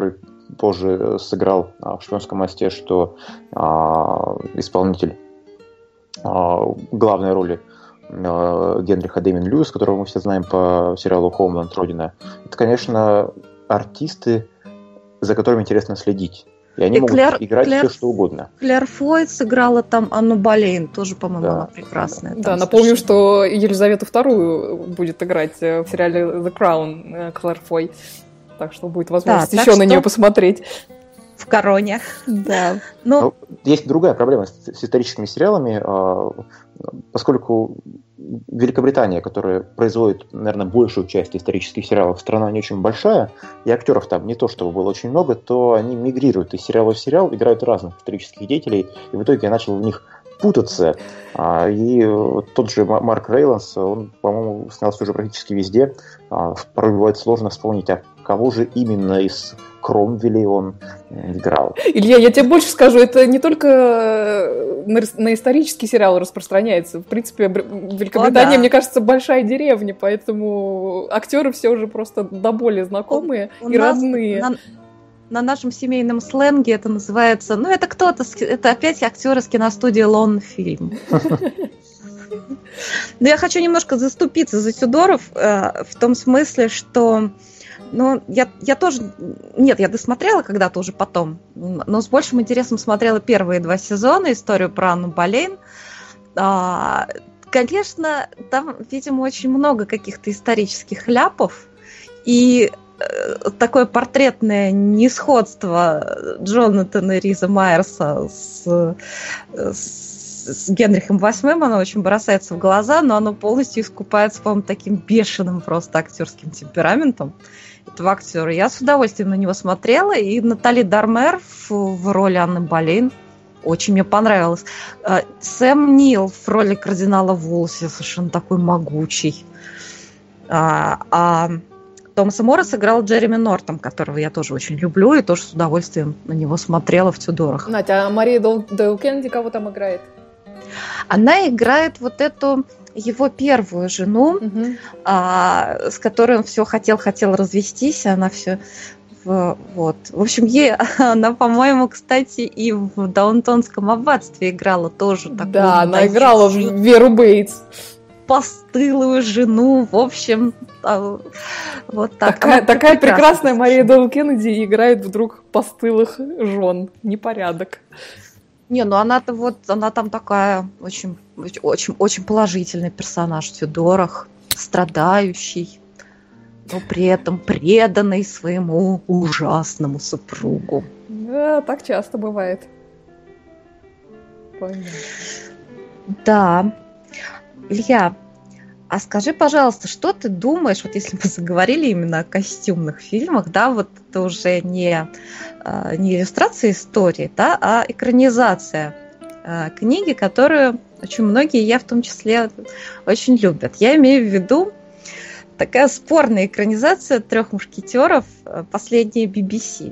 позже сыграл в «Шпионском мосте», что а, исполнитель а, главной роли а, Генриха Дэмиан Льюис, которого мы все знаем по сериалу «Хоумленд. Родина», это, конечно, артисты, за которыми интересно следить. И они и могут Клэр, играть Клэр, все, что угодно. Клэр Фойд сыграла там Анну Болейн, тоже, по-моему, да. Она прекрасная. Да, напомню, что Елизавету вторую будет играть в сериале The Crown Клэр Фойд. Так что будет возможность да, еще на нее посмотреть. В «Короне». Да. Но... Есть другая проблема с, с историческими сериалами, поскольку Великобритания, которая производит, наверное, большую часть исторических сериалов, страна не очень большая, и актеров там не то чтобы было очень много, то они мигрируют из сериала в сериал, играют разных исторических деятелей, и в итоге я начал в них путаться. И тот же Марк Рейланс, он, по-моему, снялся уже практически везде. Порой бывает сложно вспомнить, а кого же именно из Кромвелей он играл. Илья, я тебе больше скажу, это не только на, на исторический сериал распространяется. В принципе, Великобритания, О, да. мне кажется, большая деревня, поэтому актеры все уже просто до боли знакомые у, у и родные. На... На нашем семейном сленге это называется... Ну, это кто-то... Это опять актеры с киностудии «Лонфильм». Но я хочу немножко заступиться за Тюдоров в том смысле, что... Ну, я, я тоже... Нет, я досмотрела когда-то уже потом, но с большим интересом смотрела первые два сезона, историю про Анну Болейн. Конечно, там, видимо, очень много каких-то исторических ляпов, и такое портретное несходство Джонатана Риза Майерса с, с, с Генрихом восьмым, оно очень бросается в глаза, но оно полностью искупается, по-моему, таким бешеным просто актерским темпераментом этого актера. Я с удовольствием на него смотрела, и Натали Дармер в, в роли Анны Болейн очень мне понравилось. Сэм Нил в роли кардинала Вулси, совершенно такой могучий. А, а Томаса Морриса играл Джереми Нортон, которого я тоже очень люблю, и тоже с удовольствием на него смотрела в «Тюдорах». Надя, а Мария Дойл Кеннеди кого там играет? Она играет вот эту его первую жену, угу. а, с которой он все хотел-хотел развестись, она все... Вот. В общем, ей, она, по-моему, кстати, и в «Даунтонском аббатстве» играла тоже такую... Да, она играла в Веру Бейтс. Постылую жену, в общем, вот так. Такая, такая прекрасная Мария Дойл Кеннеди играет вдруг постылых жен. Непорядок. Не, ну она-то вот, она там такая очень, очень, очень положительный персонаж в «Тюдорах», страдающий, но при этом преданный своему ужасному супругу. Да, так часто бывает. Понятно. Да. Илья, а скажи, пожалуйста, что ты думаешь, вот если мы заговорили именно о костюмных фильмах, да, вот это уже не, не иллюстрация истории, да, а экранизация книги, которую очень многие, я в том числе, очень любят. Я имею в виду такая спорная экранизация «Трех мушкетеров», последняя би би си.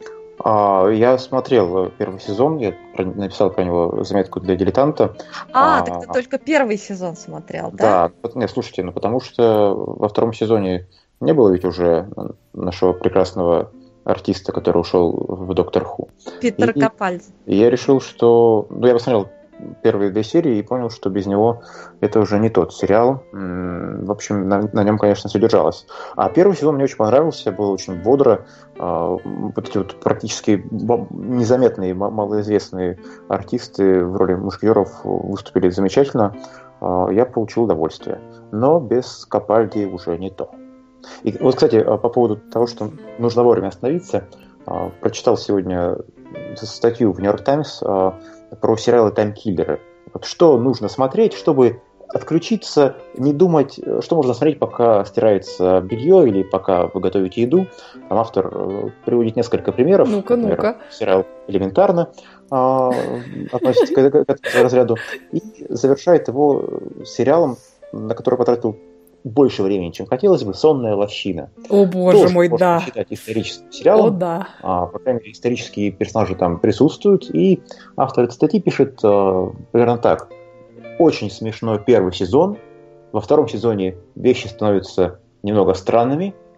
Я смотрел первый сезон, я написал про него заметку для дилетанта. А, а так ты только первый сезон смотрел, да? Да, нет, слушайте, ну потому что во втором сезоне не было ведь уже нашего прекрасного артиста, который ушел в «Доктор Ху». Питер и, Капальди. И я решил, что... Ну, я посмотрел первые две серии и понял, что без него это уже не тот сериал. В общем, на, на нем, конечно, все держалось. А первый сезон мне очень понравился, было очень бодро. Вот эти вот практически незаметные, малоизвестные артисты в роли мушкетеров выступили замечательно. Я получил удовольствие. Но без Капальди уже не то. И вот, кстати, по поводу того, что нужно вовремя остановиться, прочитал сегодня статью в «Нью-Йорк Таймс» про сериалы «Таймкиллеры». Вот что нужно смотреть, чтобы отключиться, не думать, что можно смотреть, пока стирается белье или пока вы готовите еду. Там автор приводит несколько примеров. Ну-ка, Например, ну-ка. Сериал «Элементарно» э, относится к, к этому разряду. И завершает его сериалом, на который потратил больше времени, чем хотелось бы, «Сонная лощина». О, боже Тоже мой, можно да. считать историческим сериалом. О, да. А, по крайней мере, исторические персонажи там присутствуют. И автор этой статьи пишет а, примерно так. Очень смешной первый сезон. Во втором сезоне вещи становятся немного странными.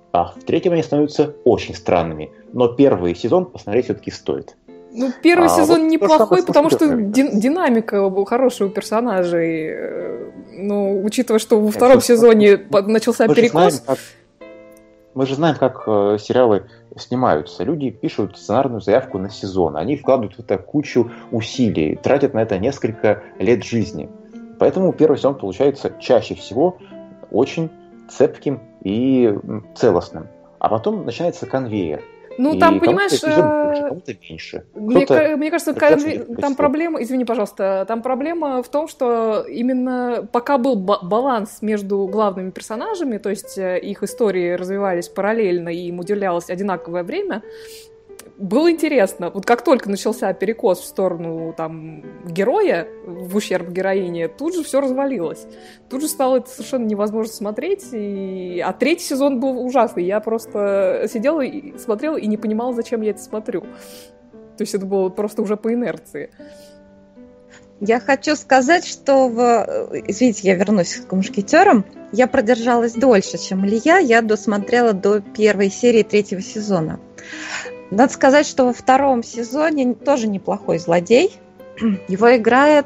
а в третьем они становятся очень странными. Но первый сезон посмотреть все-таки стоит. Ну, первый а сезон вот неплохой, потому что ди- динамика хорошая у персонажей. Ну, учитывая, что во втором сезоне начался мы перекос... Же знаем, как, мы же знаем, как э, сериалы снимаются. Люди пишут сценарную заявку на сезон. Они вкладывают в это кучу усилий, тратят на это несколько лет жизни. Поэтому первый сезон получается чаще всего очень цепким и целостным. А потом начинается конвейер. Ну, и там, понимаешь, больше, кому-то меньше. Мне, мне кажется, конве... там проблема, извини, пожалуйста, там проблема в том, что именно пока был баланс между главными персонажами, то есть их истории развивались параллельно и им уделялось одинаковое время, было интересно. Вот как только начался перекос в сторону там героя, в ущерб героине, тут же все развалилось. Тут же стало это совершенно невозможно смотреть. И... А третий сезон был ужасный. Я просто сидела и смотрела и не понимала, зачем я это смотрю. То есть это было просто уже по инерции. Я хочу сказать, что в... Извините, я вернусь к «Мушкетерам». Я продержалась дольше, чем Илья. Я досмотрела до первой серии третьего сезона. Надо сказать, что во втором сезоне тоже неплохой злодей. Его играет...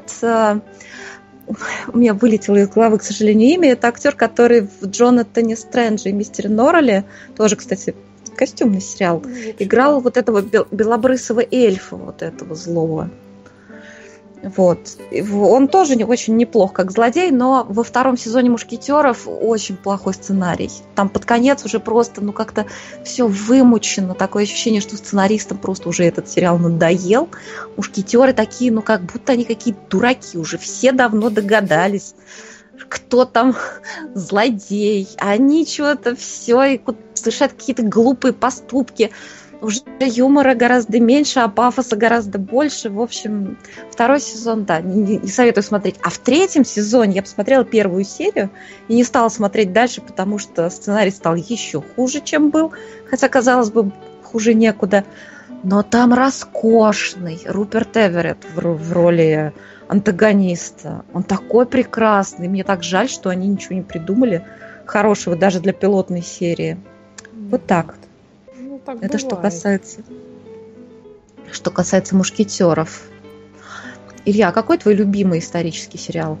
У меня вылетело из головы, к сожалению, имя. Это актер, который в Джонатане Стрендже и Мистере Норреле, тоже, кстати, костюмный сериал, играл вот этого белобрысого эльфа, вот этого злого. Вот. Он тоже очень неплох как злодей, но во втором сезоне «Мушкетеров» очень плохой сценарий. Там под конец уже просто, ну, как-то все вымучено. Такое ощущение, что сценаристам просто уже этот сериал надоел. Мушкетеры такие, ну, как будто они какие-то дураки уже. Все давно догадались, кто там злодей. Они что-то все и совершают какие-то глупые поступки. Уже юмора гораздо меньше, а пафоса гораздо больше. В общем, второй сезон, да, не, не советую смотреть. А в третьем сезоне я посмотрела первую серию и не стала смотреть дальше, потому что сценарий стал еще хуже, чем был. Хотя, казалось бы, хуже некуда. Но там роскошный Руперт Эверетт в, в роли антагониста. Он такой прекрасный. Мне так жаль, что они ничего не придумали хорошего даже для пилотной серии. Вот так вот. Так Это бывает. что касается, что касается «Мушкетеров». Илья, какой твой любимый исторический сериал?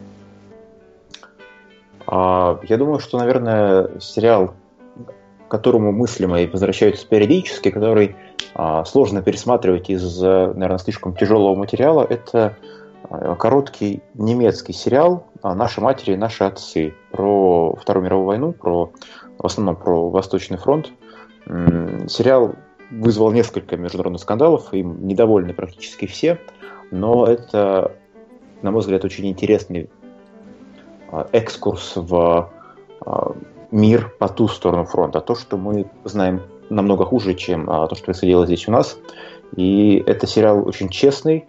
А, я думаю, что, наверное, сериал, к которому мысли мои возвращаются периодически, который а, сложно пересматривать из-за, наверное, слишком тяжелого материала, это а, короткий немецкий сериал «Наши матери и наши отцы» про Вторую мировую войну, про, в основном про Восточный фронт. Сериал вызвал несколько международных скандалов, им недовольны практически все, но это, на мой взгляд, очень интересный экскурс в мир по ту сторону фронта. То, что мы знаем намного хуже, чем то, что происходило здесь у нас. И это сериал очень честный,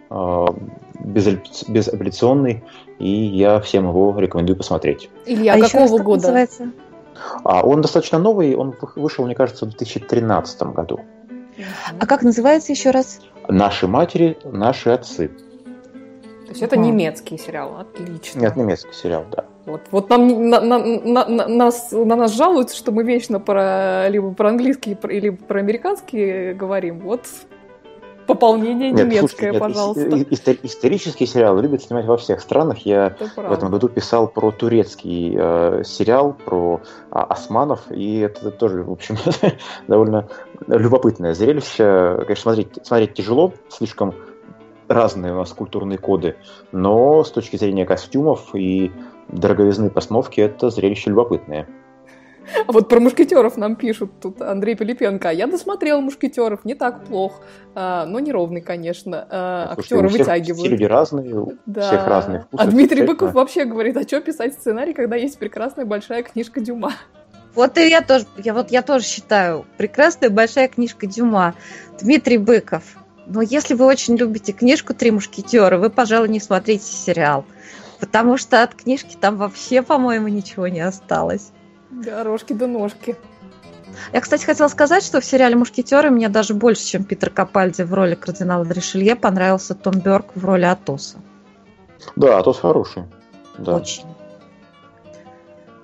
безапелляционный, и я всем его рекомендую посмотреть. Илья, а какого года? Называется? А он достаточно новый, он вышел, мне кажется, в две тысячи тринадцатом году. А как называется еще раз? «Наши матери, наши отцы». То есть это а. немецкий сериал, отлично. Нет, немецкий сериал, да. Вот, вот нам на, на, на, на, нас, на нас жалуются, что мы вечно про, либо про английский, либо про американский говорим. Вот пополнение нет, немецкое, слушайте, нет, пожалуйста. Истор- исторические сериалы любят снимать во всех странах. Я в этом году писал про турецкий э, сериал, про а, османов, и это тоже, в общем, довольно любопытное зрелище. Конечно, смотреть, смотреть тяжело, слишком разные у нас культурные коды, но с точки зрения костюмов и дороговизны постановки это зрелище любопытное. А вот про «Мушкетеров» нам пишут тут Андрей Пилипенко. Я досмотрел «Мушкетеров», не так плохо, но неровный, конечно. Актеры вытягивают. Все люди разные, у да. всех разные вкусы. А Дмитрий Быков вообще говорит, а что писать сценарий, когда есть прекрасная большая книжка Дюма? Вот и я тоже, я, вот, я тоже считаю, прекрасная большая книжка Дюма. Дмитрий Быков. Но если вы очень любите книжку «Три мушкетера», вы, пожалуй, не смотрите сериал. Потому что от книжки там вообще, по-моему, ничего не осталось. Да, рожки да ножки. Я, кстати, хотела сказать, что в сериале «Мушкетеры» мне даже больше, чем Питер Капальди в роли кардинала Ришелье, понравился Том Бёрк в роли Атоса. Да, Атос хороший. Да. Очень.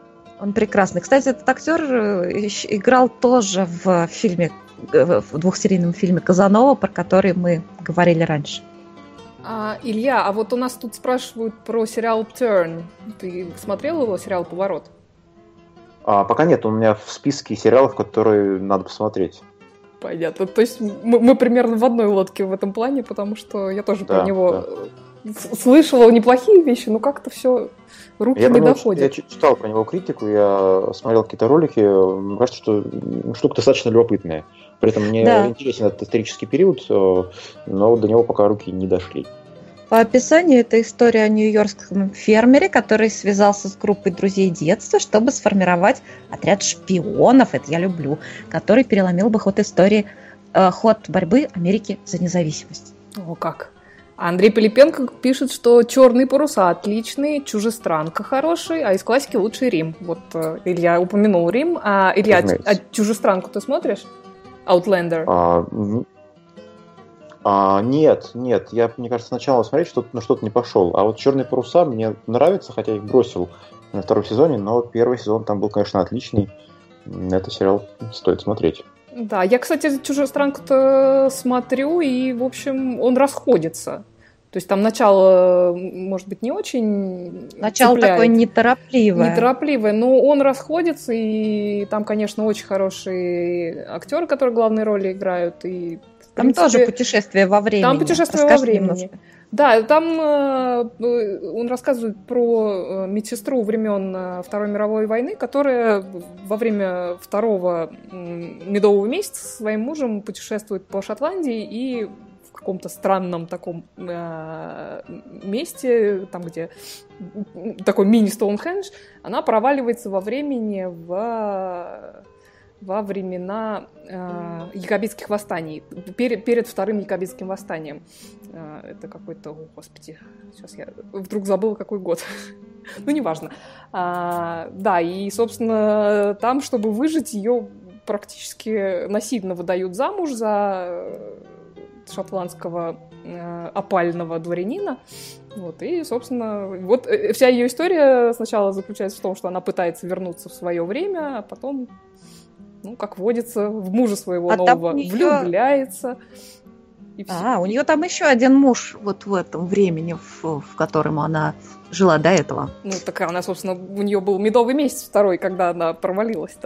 Он прекрасный. Кстати, этот актер играл тоже в фильме, в двухсерийном фильме «Казанова», про который мы говорили раньше. А, Илья, а вот у нас тут спрашивают про сериал Turn. Ты смотрел его, сериал «Поворот»? А, пока нет, он у меня в списке сериалов, которые надо посмотреть. Понятно. То есть мы, мы примерно в одной лодке в этом плане, потому что я тоже да, про него да. слышала неплохие вещи, но как-то все руки я не понимаю, доходят. Я читал про него критику, я смотрел какие-то ролики, мне кажется, что штука достаточно любопытная. При этом мне да. интересен этот исторический период, но до него пока руки не дошли. По описанию, это история о нью-йоркском фермере, который связался с группой друзей детства, чтобы сформировать отряд шпионов, это я люблю, который переломил бы ход истории, э, ход борьбы Америки за независимость. О, как! Андрей Пилипенко пишет, что «Черные паруса» отличные, «Чужестранка» хороший, а из классики лучший «Рим». Вот э, Илья упомянул «Рим». А, Илья, а, а «Чужестранку» ты смотришь? «Outlander»? А... А, нет, нет, я, мне кажется, сначала смотреть, что-то, на что-то не пошел. А вот «Черные паруса» мне нравится, хотя я их бросил на втором сезоне, но первый сезон там был, конечно, отличный. Это сериал стоит смотреть. Да, я, кстати, «Чужестранку»-то смотрю, и, в общем, он расходится. То есть там начало, может быть, не очень Начало цепляет. Такое неторопливое. Неторопливое, но он расходится, и там, конечно, очень хорошие актеры, которые главные роли играют, и там принципе, тоже путешествие во времени. Там путешествие Расскажи во времени. Немножко. Да, там э, он рассказывает про медсестру времен Второй мировой войны, которая во время второго медового месяца со своим мужем путешествует по Шотландии и в каком-то странном таком э, месте, там, где такой мини-Стоунхендж, она проваливается во времени в... во времена э, якобитских восстаний, перед, перед вторым якобитским восстанием. Э, это какой-то, о, господи, сейчас я вдруг забыла, какой год. Ну, неважно. А, да, и, собственно, там, чтобы выжить, ее практически насильно выдают замуж за шотландского э, опального дворянина. Вот, и, собственно, вот вся ее история сначала заключается в том, что она пытается вернуться в свое время, а потом... Ну, как водится, в мужа своего а нового нее... влюбляется. И а, у нее там еще один муж вот в этом времени, в, в котором она жила до этого. Ну, так она, собственно, у нее был медовый месяц второй, когда она провалилась-то.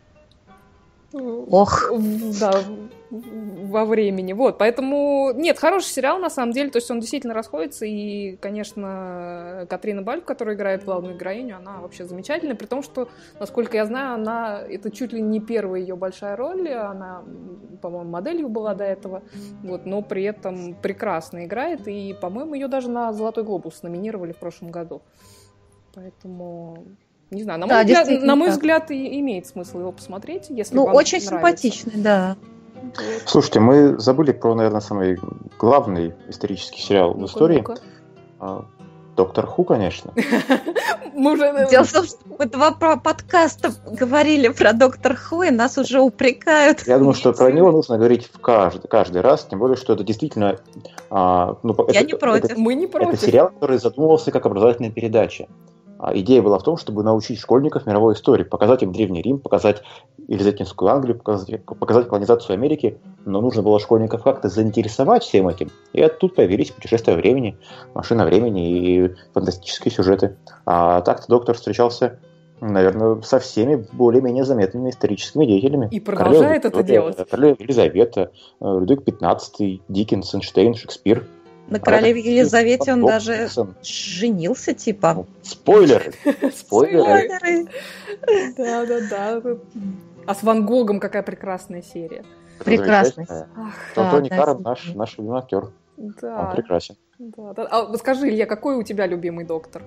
Ох. Да, во времени. Вот, поэтому... Нет, хороший сериал, на самом деле. То есть он действительно расходится. И, конечно, Катрина Бальф, которая играет главную героиню, она вообще замечательная. При том, что, насколько я знаю, она... Это чуть ли не первая ее большая роль. Она, по-моему, моделью была до этого. Вот, но при этом прекрасно играет. И, по-моему, ее даже на «Золотой глобус» номинировали в прошлом году. Поэтому... Не знаю, на, да, мой, взгляд, на мой взгляд, и имеет смысл его посмотреть, если ну, вам очень нравится. Симпатичный, да. Слушайте, мы забыли про, наверное, самый главный исторический сериал ну-ка, в истории. Ну-ка. А, Доктор Ху, конечно. Мы уже... Дело в том, что мы два подкаста говорили про Доктор Ху, и нас уже упрекают. Я думаю, что про него нужно говорить в каждый, каждый раз, тем более, что это действительно... А, ну, Я это, не против. Это, мы не против. Это сериал, который задумывался как образовательная передача. Идея была в том, чтобы научить школьников мировой истории, показать им Древний Рим, показать Елизаветинскую Англию, показать, показать колонизацию Америки, но нужно было школьников как-то заинтересовать всем этим. И тут появились путешествия времени, машина времени и фантастические сюжеты. А так-то доктор встречался, наверное, со всеми более-менее заметными историческими деятелями. И продолжает это делать. Королева Елизавета, Людвиг пятнадцатый, Диккенс, Эйнштейн, Шекспир. На королеве Елизавете он даже женился, типа. Спойлеры! Спойлеры! Да-да-да. А с Ван Гогом какая прекрасная серия. Прекрасная. Тони Каррен наш любимый актер. Он прекрасен. А скажи, Илья, какой у тебя любимый доктор?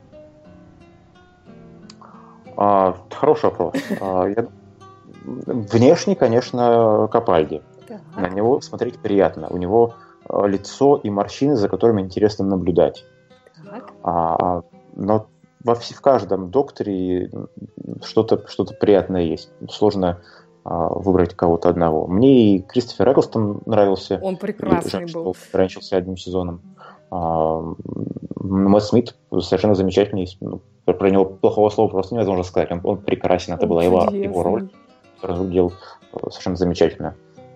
Хороший вопрос. Внешне, конечно, Капальди. На него смотреть приятно. У него лицо и морщины, за которыми интересно наблюдать. А, но во, в каждом докторе что-то, что-то приятное есть. Сложно а, выбрать кого-то одного. Мне и Кристофер Эклстон нравился. Он прекрасный и, был. Ограничился одним сезоном. А, Мэтт Смит совершенно замечательный. Ну, про него плохого слова просто невозможно сказать. Он, он прекрасен, это он была его, его роль, которую он делал совершенно замечательно.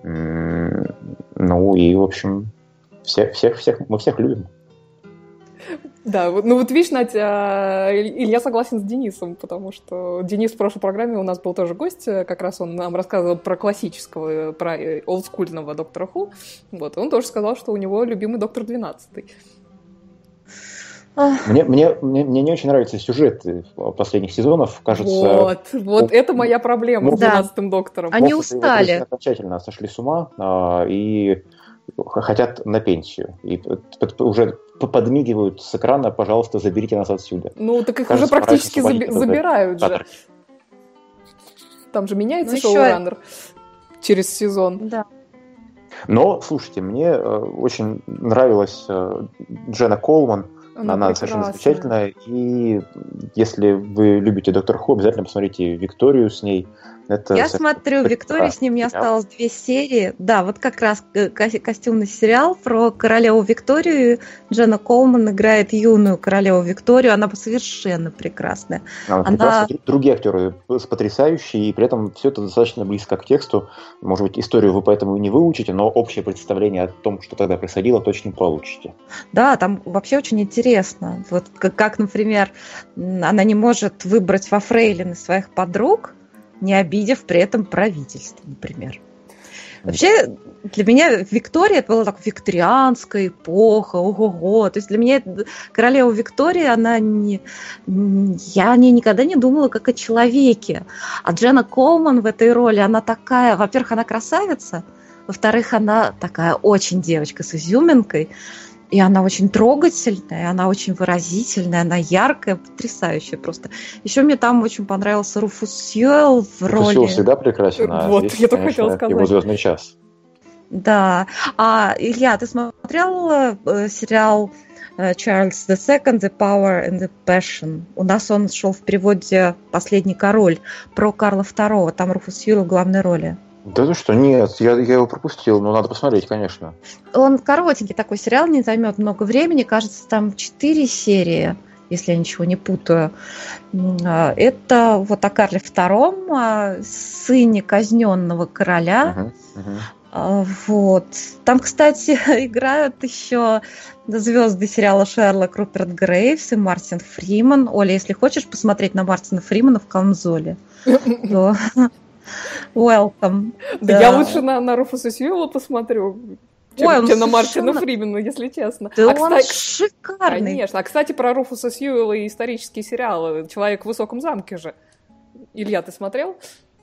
Ну и, в общем, всех, всех, всех, мы всех любим. Да, ну вот видишь, Надя, Илья согласен с Денисом, потому что Денис в прошлой программе у нас был тоже гость, как раз он нам рассказывал про классического, про олдскульного доктора Ху, вот, и он тоже сказал, что у него любимый доктор двенадцатый. Мне, мне, мне, мне не очень нравится сюжет последних сезонов, кажется... Вот, вот это моя проблема с двенадцатым да. доктором. Они устали. Окончательно сошли с ума а, и хотят на пенсию. И уже подмигивают с экрана, пожалуйста, заберите нас отсюда. Ну, так их кажется, уже практически заби- забирают же. Там же меняется ну, шоураннер еще... через сезон. Да. Но, слушайте, мне э, очень нравилась э, Дженна Колман. Она, Она совершенно замечательная. И если вы любите Доктор Ху, обязательно посмотрите Викторию с ней. Это Я смотрю Викторию, с ним мне осталось две серии. Да, вот как раз ко- костюмный сериал про королеву Викторию. Дженна Колман играет юную королеву Викторию. Она совершенно прекрасная. Она, Она... Другие актеры потрясающие, и при этом все это достаточно близко к тексту. Может быть, историю вы поэтому и не выучите, но общее представление о том, что тогда происходило, точно получите. Да, там вообще очень интересно. Вот как, как, например, она не может выбрать во фрейлины своих подруг, не обидев при этом правительство, например. Вообще, для меня Виктория, это была так викторианская эпоха, ого-го. То есть для меня королева Виктория, она не... Я о ней никогда не думала как о человеке. А Дженна Колман в этой роли, она такая... Во-первых, она красавица. Во-вторых, она такая очень девочка с изюминкой. И она очень трогательная, она очень выразительная, она яркая, потрясающая просто. Еще мне там очень понравился Руфус Сьюэлл в роли... Руфус Сьюэлл всегда прекрасен, а вот, здесь, я только хотела сказать. Его «Звездный час». Да. А, Илья, ты смотрел э, сериал Чарльз the Second, The Power and the Passion? У нас он шел в переводе «Последний король», про Карла второго. Там Руфус Сьюэлл в главной роли. Да ну что, нет, я, я его пропустил, но надо посмотреть, конечно. Он коротенький такой сериал, не займет много времени, кажется, там четыре серии, если я ничего не путаю. Это вот о Карле втором, о сыне казненного короля. Uh-huh, uh-huh. Вот. Там, кстати, играют еще звезды сериала «Шерлок» Руперт Грейвс и Мартин Фриман. Оля, если хочешь посмотреть на Мартина Фримана в камзоле, то... Welcome. Да, да я лучше на, на Руфуса Сьюэлла посмотрю, чем, Ой, чем на Мартина Фримена, если честно. Да а, он кстати, шикарный. Конечно. А, кстати, про Руфуса Сьюэлла и исторические сериалы. «Человек в высоком замке» же. Илья, ты смотрел?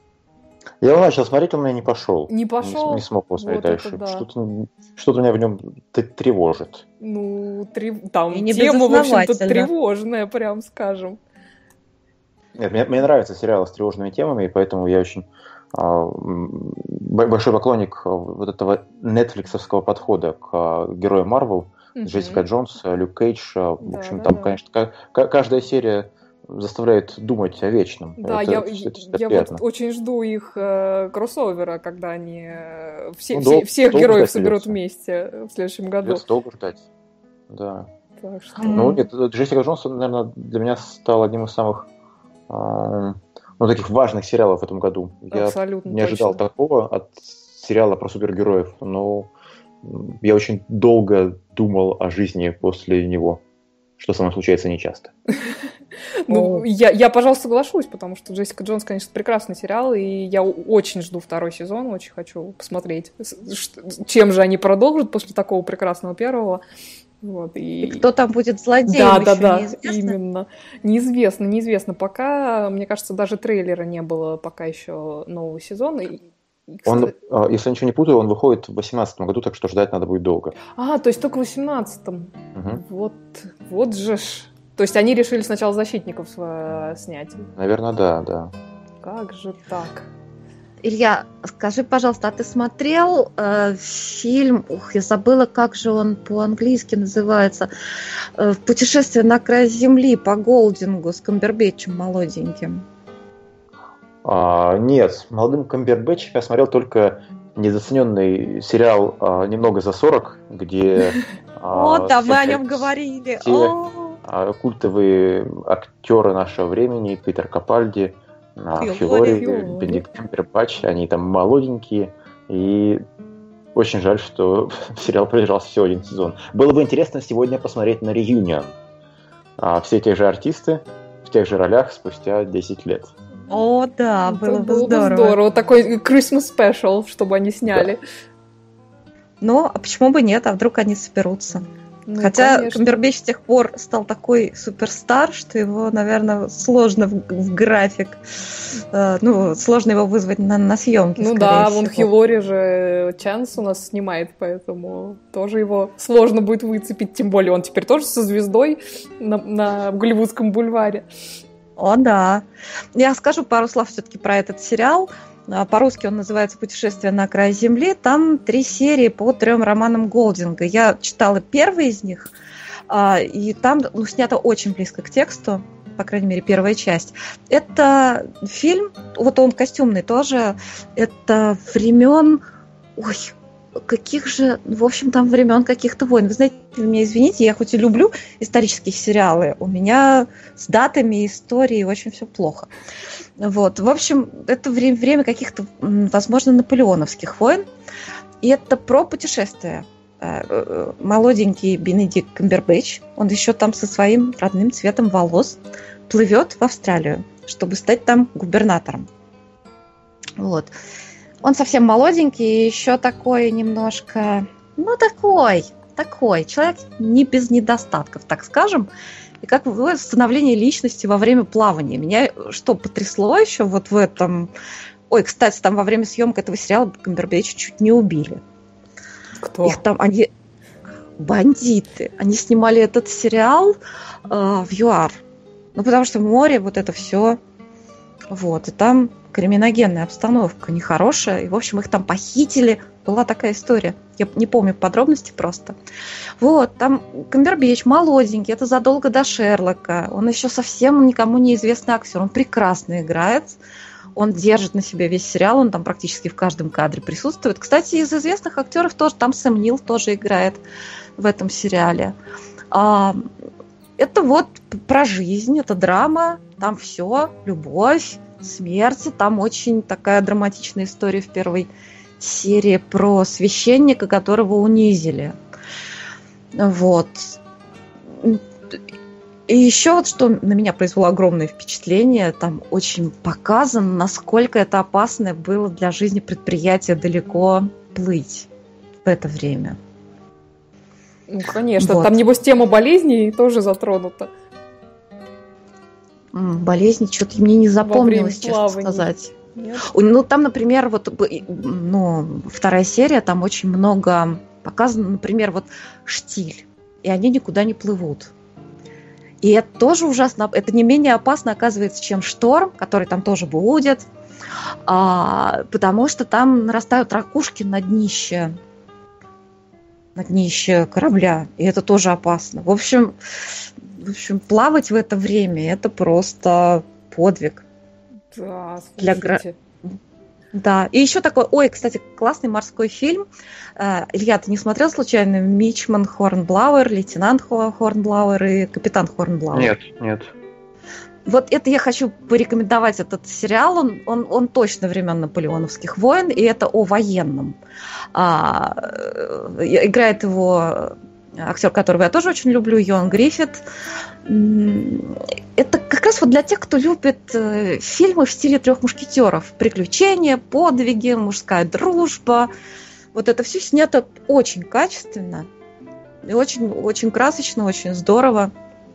Я его начал смотреть, он у меня не пошел. Не пошел? Не, не смог посмотреть вот дальше. Да. Что-то, что-то меня в нем тревожит. Ну, трев... там и тема, в общем-то, тревожная, прям скажем. Нет, мне, мне нравятся сериалы с тревожными темами, и поэтому я очень а, большой поклонник вот этого нетфликсовского подхода к а, героям Марвел. Mm-hmm. Джессика Джонс, Люк Кейдж. Да, в общем, да, там, да. конечно, к- каждая серия заставляет думать о вечном. Да, это, я, это, это я вот очень жду их э, кроссовера, когда они э, все, ну, все, дол- всех героев соберут придется. вместе в следующем году. Придется долго ждать. Да. Так что... Ну, нет, Джессика Джонс, наверное, для меня стал одним из самых ну, таких важных сериалов в этом году. Абсолютно я не ожидал точно. такого от сериала про супергероев, но я очень долго думал о жизни после него, что со мной случается нечасто. Ну, я, я, пожалуй, соглашусь, потому что «Джессика Джонс», конечно, прекрасный сериал, и я очень жду второй сезон, очень хочу посмотреть, чем же они продолжат после такого прекрасного первого. Вот, и... и кто там будет злодеем, да, еще да, неизвестно? Да, именно. Неизвестно, неизвестно. Пока, мне кажется, даже трейлера не было пока еще нового сезона. И, он, если я ничего не путаю, он выходит в две тысячи восемнадцатом году, так что ждать надо будет долго. А, то есть только в две тысячи восемнадцатом. Угу. Вот, вот же ж. То есть они решили сначала «Защитников» э, снять. Наверное, да, да. Как же так? Илья, скажи, пожалуйста, а ты смотрел э, фильм, ух, я забыла, как же он по-английски называется, э, «Путешествие на край земли» по Голдингу с Камбербэтчем молоденьким? А, нет, с молодым Камбербэтчем я смотрел только недооцененный сериал а, «Немного за сорок», где... О, да, мы о нем говорили. культовые актеры нашего времени, Питер Капальди, Хилори, Бенедикт Камбербэтч, они там молоденькие, и очень жаль, что сериал продержался всего один сезон. Было бы интересно сегодня посмотреть на реюнион. Все те же артисты, в тех же ролях спустя десять лет. О, да, было Это бы было здорово. Бы здорово. Такой Christmas special, чтобы они сняли. Да. Ну, а почему бы нет? А вдруг они соберутся? Ну, Хотя конечно. Камбербэтч с тех пор стал такой суперстар, что его, наверное, сложно в, в график, э, ну, сложно его вызвать на, на съемки. Ну да, всего. Вон Хилори же Чанс у нас снимает, поэтому тоже его сложно будет выцепить, тем более он теперь тоже со звездой на, на Голливудском бульваре. О, да. Я скажу пару слов все-таки про этот сериал. По-русски он называется «Путешествие на край земли». Там три серии по трем романам Голдинга. Я читала первый из них, и там ну, снято очень близко к тексту, по крайней мере, первая часть. Это фильм, вот он костюмный тоже, это времен... Ой, каких же, в общем, там времен каких-то войн. Вы знаете, вы меня извините, я хоть и люблю исторические сериалы, у меня с датами истории очень все плохо. Вот. В общем, это время, время каких-то, возможно, наполеоновских войн. И это про путешествие. Молоденький Бенедикт Камбербэтч, он еще там со своим родным цветом волос плывет в Австралию, чтобы стать там губернатором. Вот. Он совсем молоденький, еще такой немножко, ну такой, такой, человек не без недостатков, так скажем. И как становление личности во время плавания. Меня что потрясло еще вот в этом... Ой, кстати, там во время съемок этого сериала Камбербэтча чуть не убили. Кто? Их там, они... Бандиты. Они снимали этот сериал э, в ЮАР. Ну, потому что море, вот это все. Вот, и там криминогенная обстановка нехорошая. И, в общем, их там похитили. Была такая история. Я не помню подробности просто. Вот, там Камбербэтч молоденький, это задолго до Шерлока. Он еще совсем никому неизвестный актер. Он прекрасно играет. Он держит на себе весь сериал. Он там практически в каждом кадре присутствует. Кстати, из известных актеров тоже там Сэм Нил тоже играет в этом сериале. Это вот про жизнь, это драма. Там все, любовь, смерть. Там очень такая драматичная история в первой серии про священника, которого унизили. Вот. И еще вот что на меня произвело огромное впечатление, там очень показано, насколько это опасно было для жизни предприятия далеко плыть в это время. Ну, конечно. Вот. Там, небось, тема болезней тоже затронута. Болезни что-то мне не запомнилось, честно сказать. Нет? Ну, там, например, вот, ну, вторая серия, там очень много показано, например, вот штиль, и они никуда не плывут. И это тоже ужасно, это не менее опасно, оказывается, чем шторм, который там тоже будет, а, потому что там нарастают ракушки на днище, на днище корабля, и это тоже опасно. В общем, в общем, плавать в это время – это просто подвиг. Да, для гра... Да, и еще такой, ой, кстати, классный морской фильм. Илья, ты не смотрел случайно Мичман Хорнблауэр, лейтенант Хорнблауэр и капитан Хорнблауэр? Нет, нет. Вот это я хочу порекомендовать этот сериал. Он, он, он точно времен наполеоновских войн, и это о военном. А, играет его актер, которого я тоже очень люблю, Йоан Гриффит. Это как раз вот для тех, кто любит фильмы в стиле «Трех мушкетеров». Приключения, подвиги, мужская дружба. Вот это все снято очень качественно. И очень, очень красочно, очень здорово.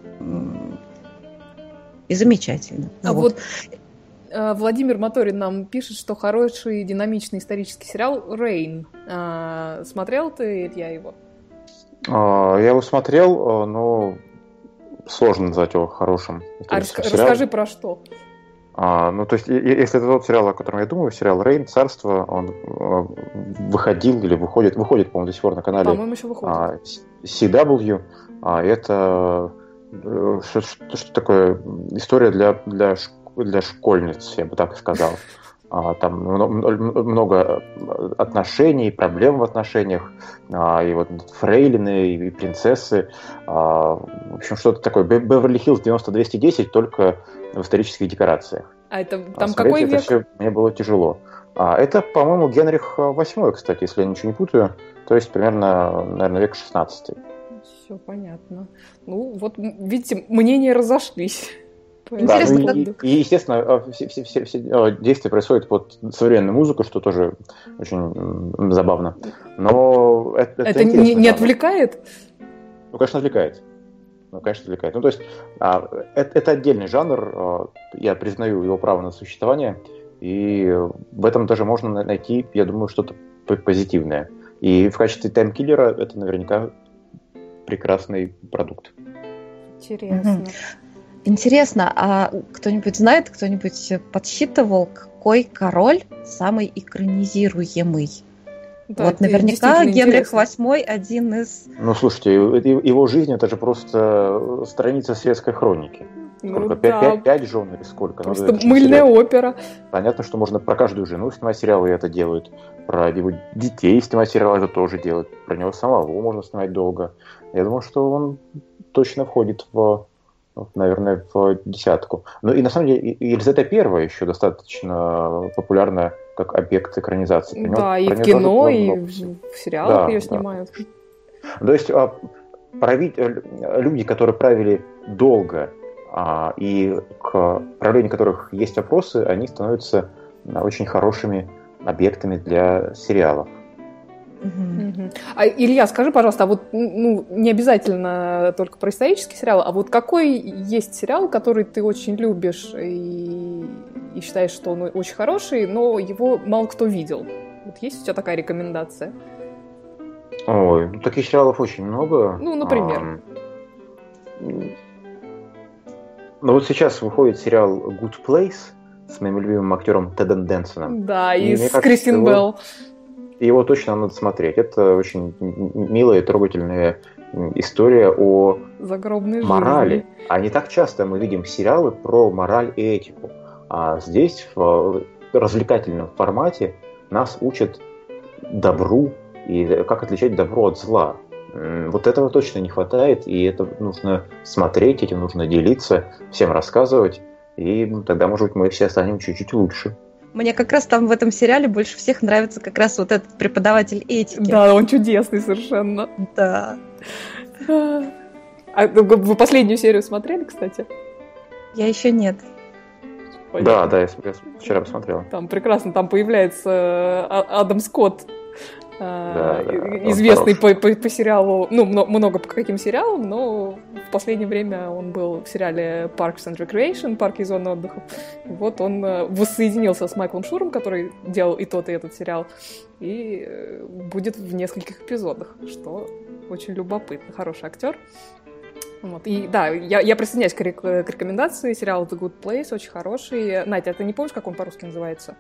И замечательно. А вот, вот Владимир Моторин нам пишет, что хороший, динамичный исторический сериал «Рейн». А, смотрел ты, Илья, его? Я его смотрел, но сложно назвать его хорошим. А раска- расскажи про что. А, ну, то есть, если это тот сериал, о котором я думаю, сериал «Рейн. Царство», он выходил или выходит, выходит, по-моему, до сих пор на канале По-моему, еще выходит. си дабл ю. А это что, что, что такое история для, для, для школьниц, я бы так сказал. там много отношений, проблем в отношениях, и вот фрейлины, и принцессы. В общем, что-то такое. Беверли-Хиллз девяносто двести десять, только в исторических декорациях. А это там Смотреть какой это век? Все, мне было тяжело. А это, по-моему, Генрих восьмой, кстати, если я ничего не путаю. То есть примерно, наверное, век шестнадцатый. Все понятно. Ну, вот, видите, мнения разошлись. Да, ну и, и, естественно, все, все, все, все действия происходят под современную музыку, что тоже очень забавно. Но это, это, это не, не отвлекает? Ну, конечно, отвлекает. Ну, конечно, отвлекает. Ну, то есть, а, это, это отдельный жанр, а, я признаю его право на существование, и в этом даже можно найти, я думаю, что-то позитивное. И в качестве таймкиллера это наверняка прекрасный продукт. Интересно. Угу. Интересно, а кто-нибудь знает, кто-нибудь подсчитывал, какой король самый экранизируемый? Да, вот наверняка Генрих восьмой один из... Ну, слушайте, его жизнь — это же просто страница светской хроники. Ну, сколько? Да. Пять, пять жен или сколько? Просто ну, мыльная сериал. Опера. Понятно, что можно про каждую жену снимать сериалы, и это делают. Про его детей снимать сериалы, это тоже делают. Про него самого можно снимать долго. Я думаю, что он точно входит в... наверное, в десятку. Ну и на самом деле Елизавета Первая еще достаточно популярна как объект экранизации. Про да, него, и в кино, и в, в сериалах да, ее снимают. Да. То есть править, люди, которые правили долго, и к правлению которых есть вопросы, они становятся очень хорошими объектами для сериалов. Uh-huh. А, Илья, скажи, пожалуйста, а вот ну, не обязательно только про исторический сериал, а вот какой есть сериал, который ты очень любишь и, и считаешь, что он очень хороший, но его мало кто видел? Вот есть у тебя такая рекомендация? Ой, ну таких сериалов очень много. Ну, например. А, ну вот сейчас выходит сериал Good Place с моим любимым актером Тедом Денсоном. Да, и, и с Кристин его... Белл. Его точно надо смотреть. Это очень милая и трогательная история о загробной морали. жизни. А не так часто мы видим сериалы про мораль и этику. А здесь в развлекательном формате нас учат добру и как отличать добро от зла. Вот этого точно не хватает, и это нужно смотреть, этим нужно делиться, всем рассказывать, и тогда, может быть, мы все станем чуть-чуть лучше. Мне как раз там в этом сериале больше всех нравится как раз вот этот преподаватель этики. Да, он чудесный совершенно. Да. А вы последнюю серию смотрели, кстати? Я еще нет. Понятно. Да, да, я, я вчера посмотрел. Там прекрасно, там появляется Адам Скотт, да, да, известный по, по, по сериалу, ну, много по каким сериалам, но в последнее время он был в сериале Parks and Recreation, парки и зоны отдыха. Вот он воссоединился с Майклом Шуром, который делал и тот, и этот сериал, и будет в нескольких эпизодах, что очень любопытно. Хороший актер. Вот. И да, я, я присоединяюсь к, рек- к рекомендации. Сериал The Good Place очень хороший. Надя, а ты не помнишь, как он по-русски называется?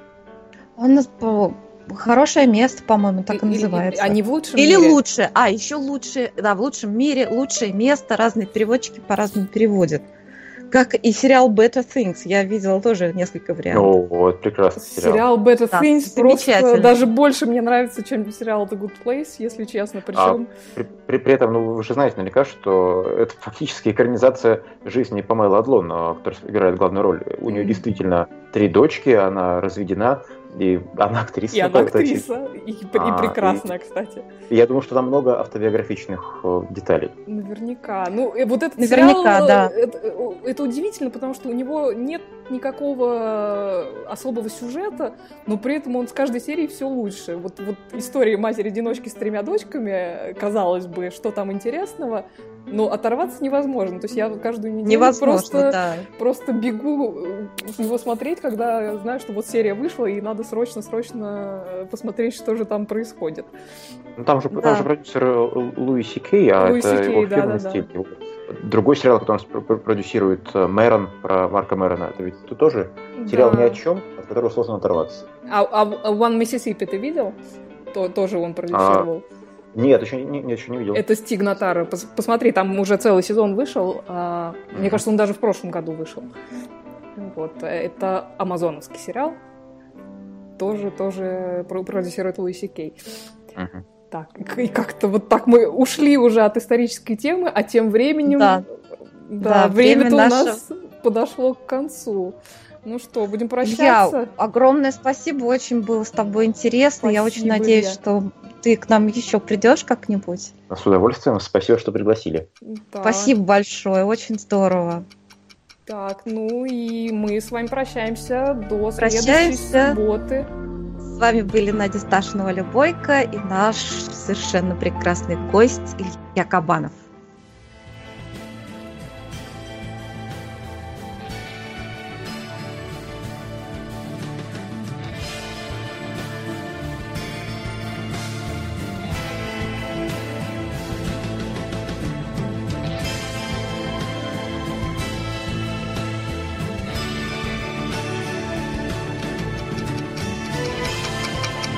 Он по... Хорошее место, по-моему, так и, и называется. А не в лучшем Или мире? лучше. А, еще лучше. Да, в лучшем мире лучшее место. Разные переводчики по-разному переводят. Как и сериал Better Things. Я видела тоже несколько вариантов. О, вот, прекрасный сериал. Сериал Better да, Things просто даже больше мне нравится, чем сериал The Good Place, если честно. Причем... А, при, при, при этом, ну, вы же знаете наверняка, что это фактически экранизация жизни Памелы Адлон, которая играет главную роль. У нее mm-hmm. действительно три дочки, она разведена, и она актриса. И она актриса, и, и прекрасная, и, кстати. И я думаю, что там много автобиографичных деталей. Наверняка. Ну, вот этот Наверняка, сериал, да. это, это удивительно, потому что у него нет никакого особого сюжета, но при этом он с каждой серии все лучше. Вот, вот история матери-одиночки с тремя дочками, казалось бы, что там интересного, но оторваться невозможно. То есть я каждую неделю невозможно, просто, да. просто бегу его смотреть, когда знаю, что вот серия вышла, и надо срочно-срочно посмотреть, что же там происходит. Ну, там же, да. там же продюсер Луи Си Кей, а Луи это Си Кей, его да, фирменный да, стиль. да. Другой сериал, который он продюсирует, Мэрон, про Марка Мэрона, это ведь это тоже да. сериал ни о чем, от которого сложно оторваться. А, а One Mississippi ты видел? То, тоже он продюсировал. А, нет, еще не, нет, еще не видел. Это Стиг Нотаро. Посмотри, там уже целый сезон вышел. А, mm-hmm. Мне кажется, он даже в прошлом году вышел. Вот. Это амазоновский сериал. тоже, тоже продюсирует Луиси Кей. Uh-huh. Так, и как-то вот так мы ушли уже от исторической темы, а тем временем да. Да, да, время-то время у наше... нас подошло к концу. Ну что, будем прощаться? Я, огромное спасибо, очень было с тобой интересно. Спасибо, я очень надеюсь, я. что ты к нам еще придешь как-нибудь. С удовольствием, спасибо, что пригласили. Да. Спасибо большое, очень здорово. Так, ну и мы с вами прощаемся до прощаемся. следующей субботы. С вами были Надя Сташинова-Любойко и наш совершенно прекрасный гость Илья Кабанов.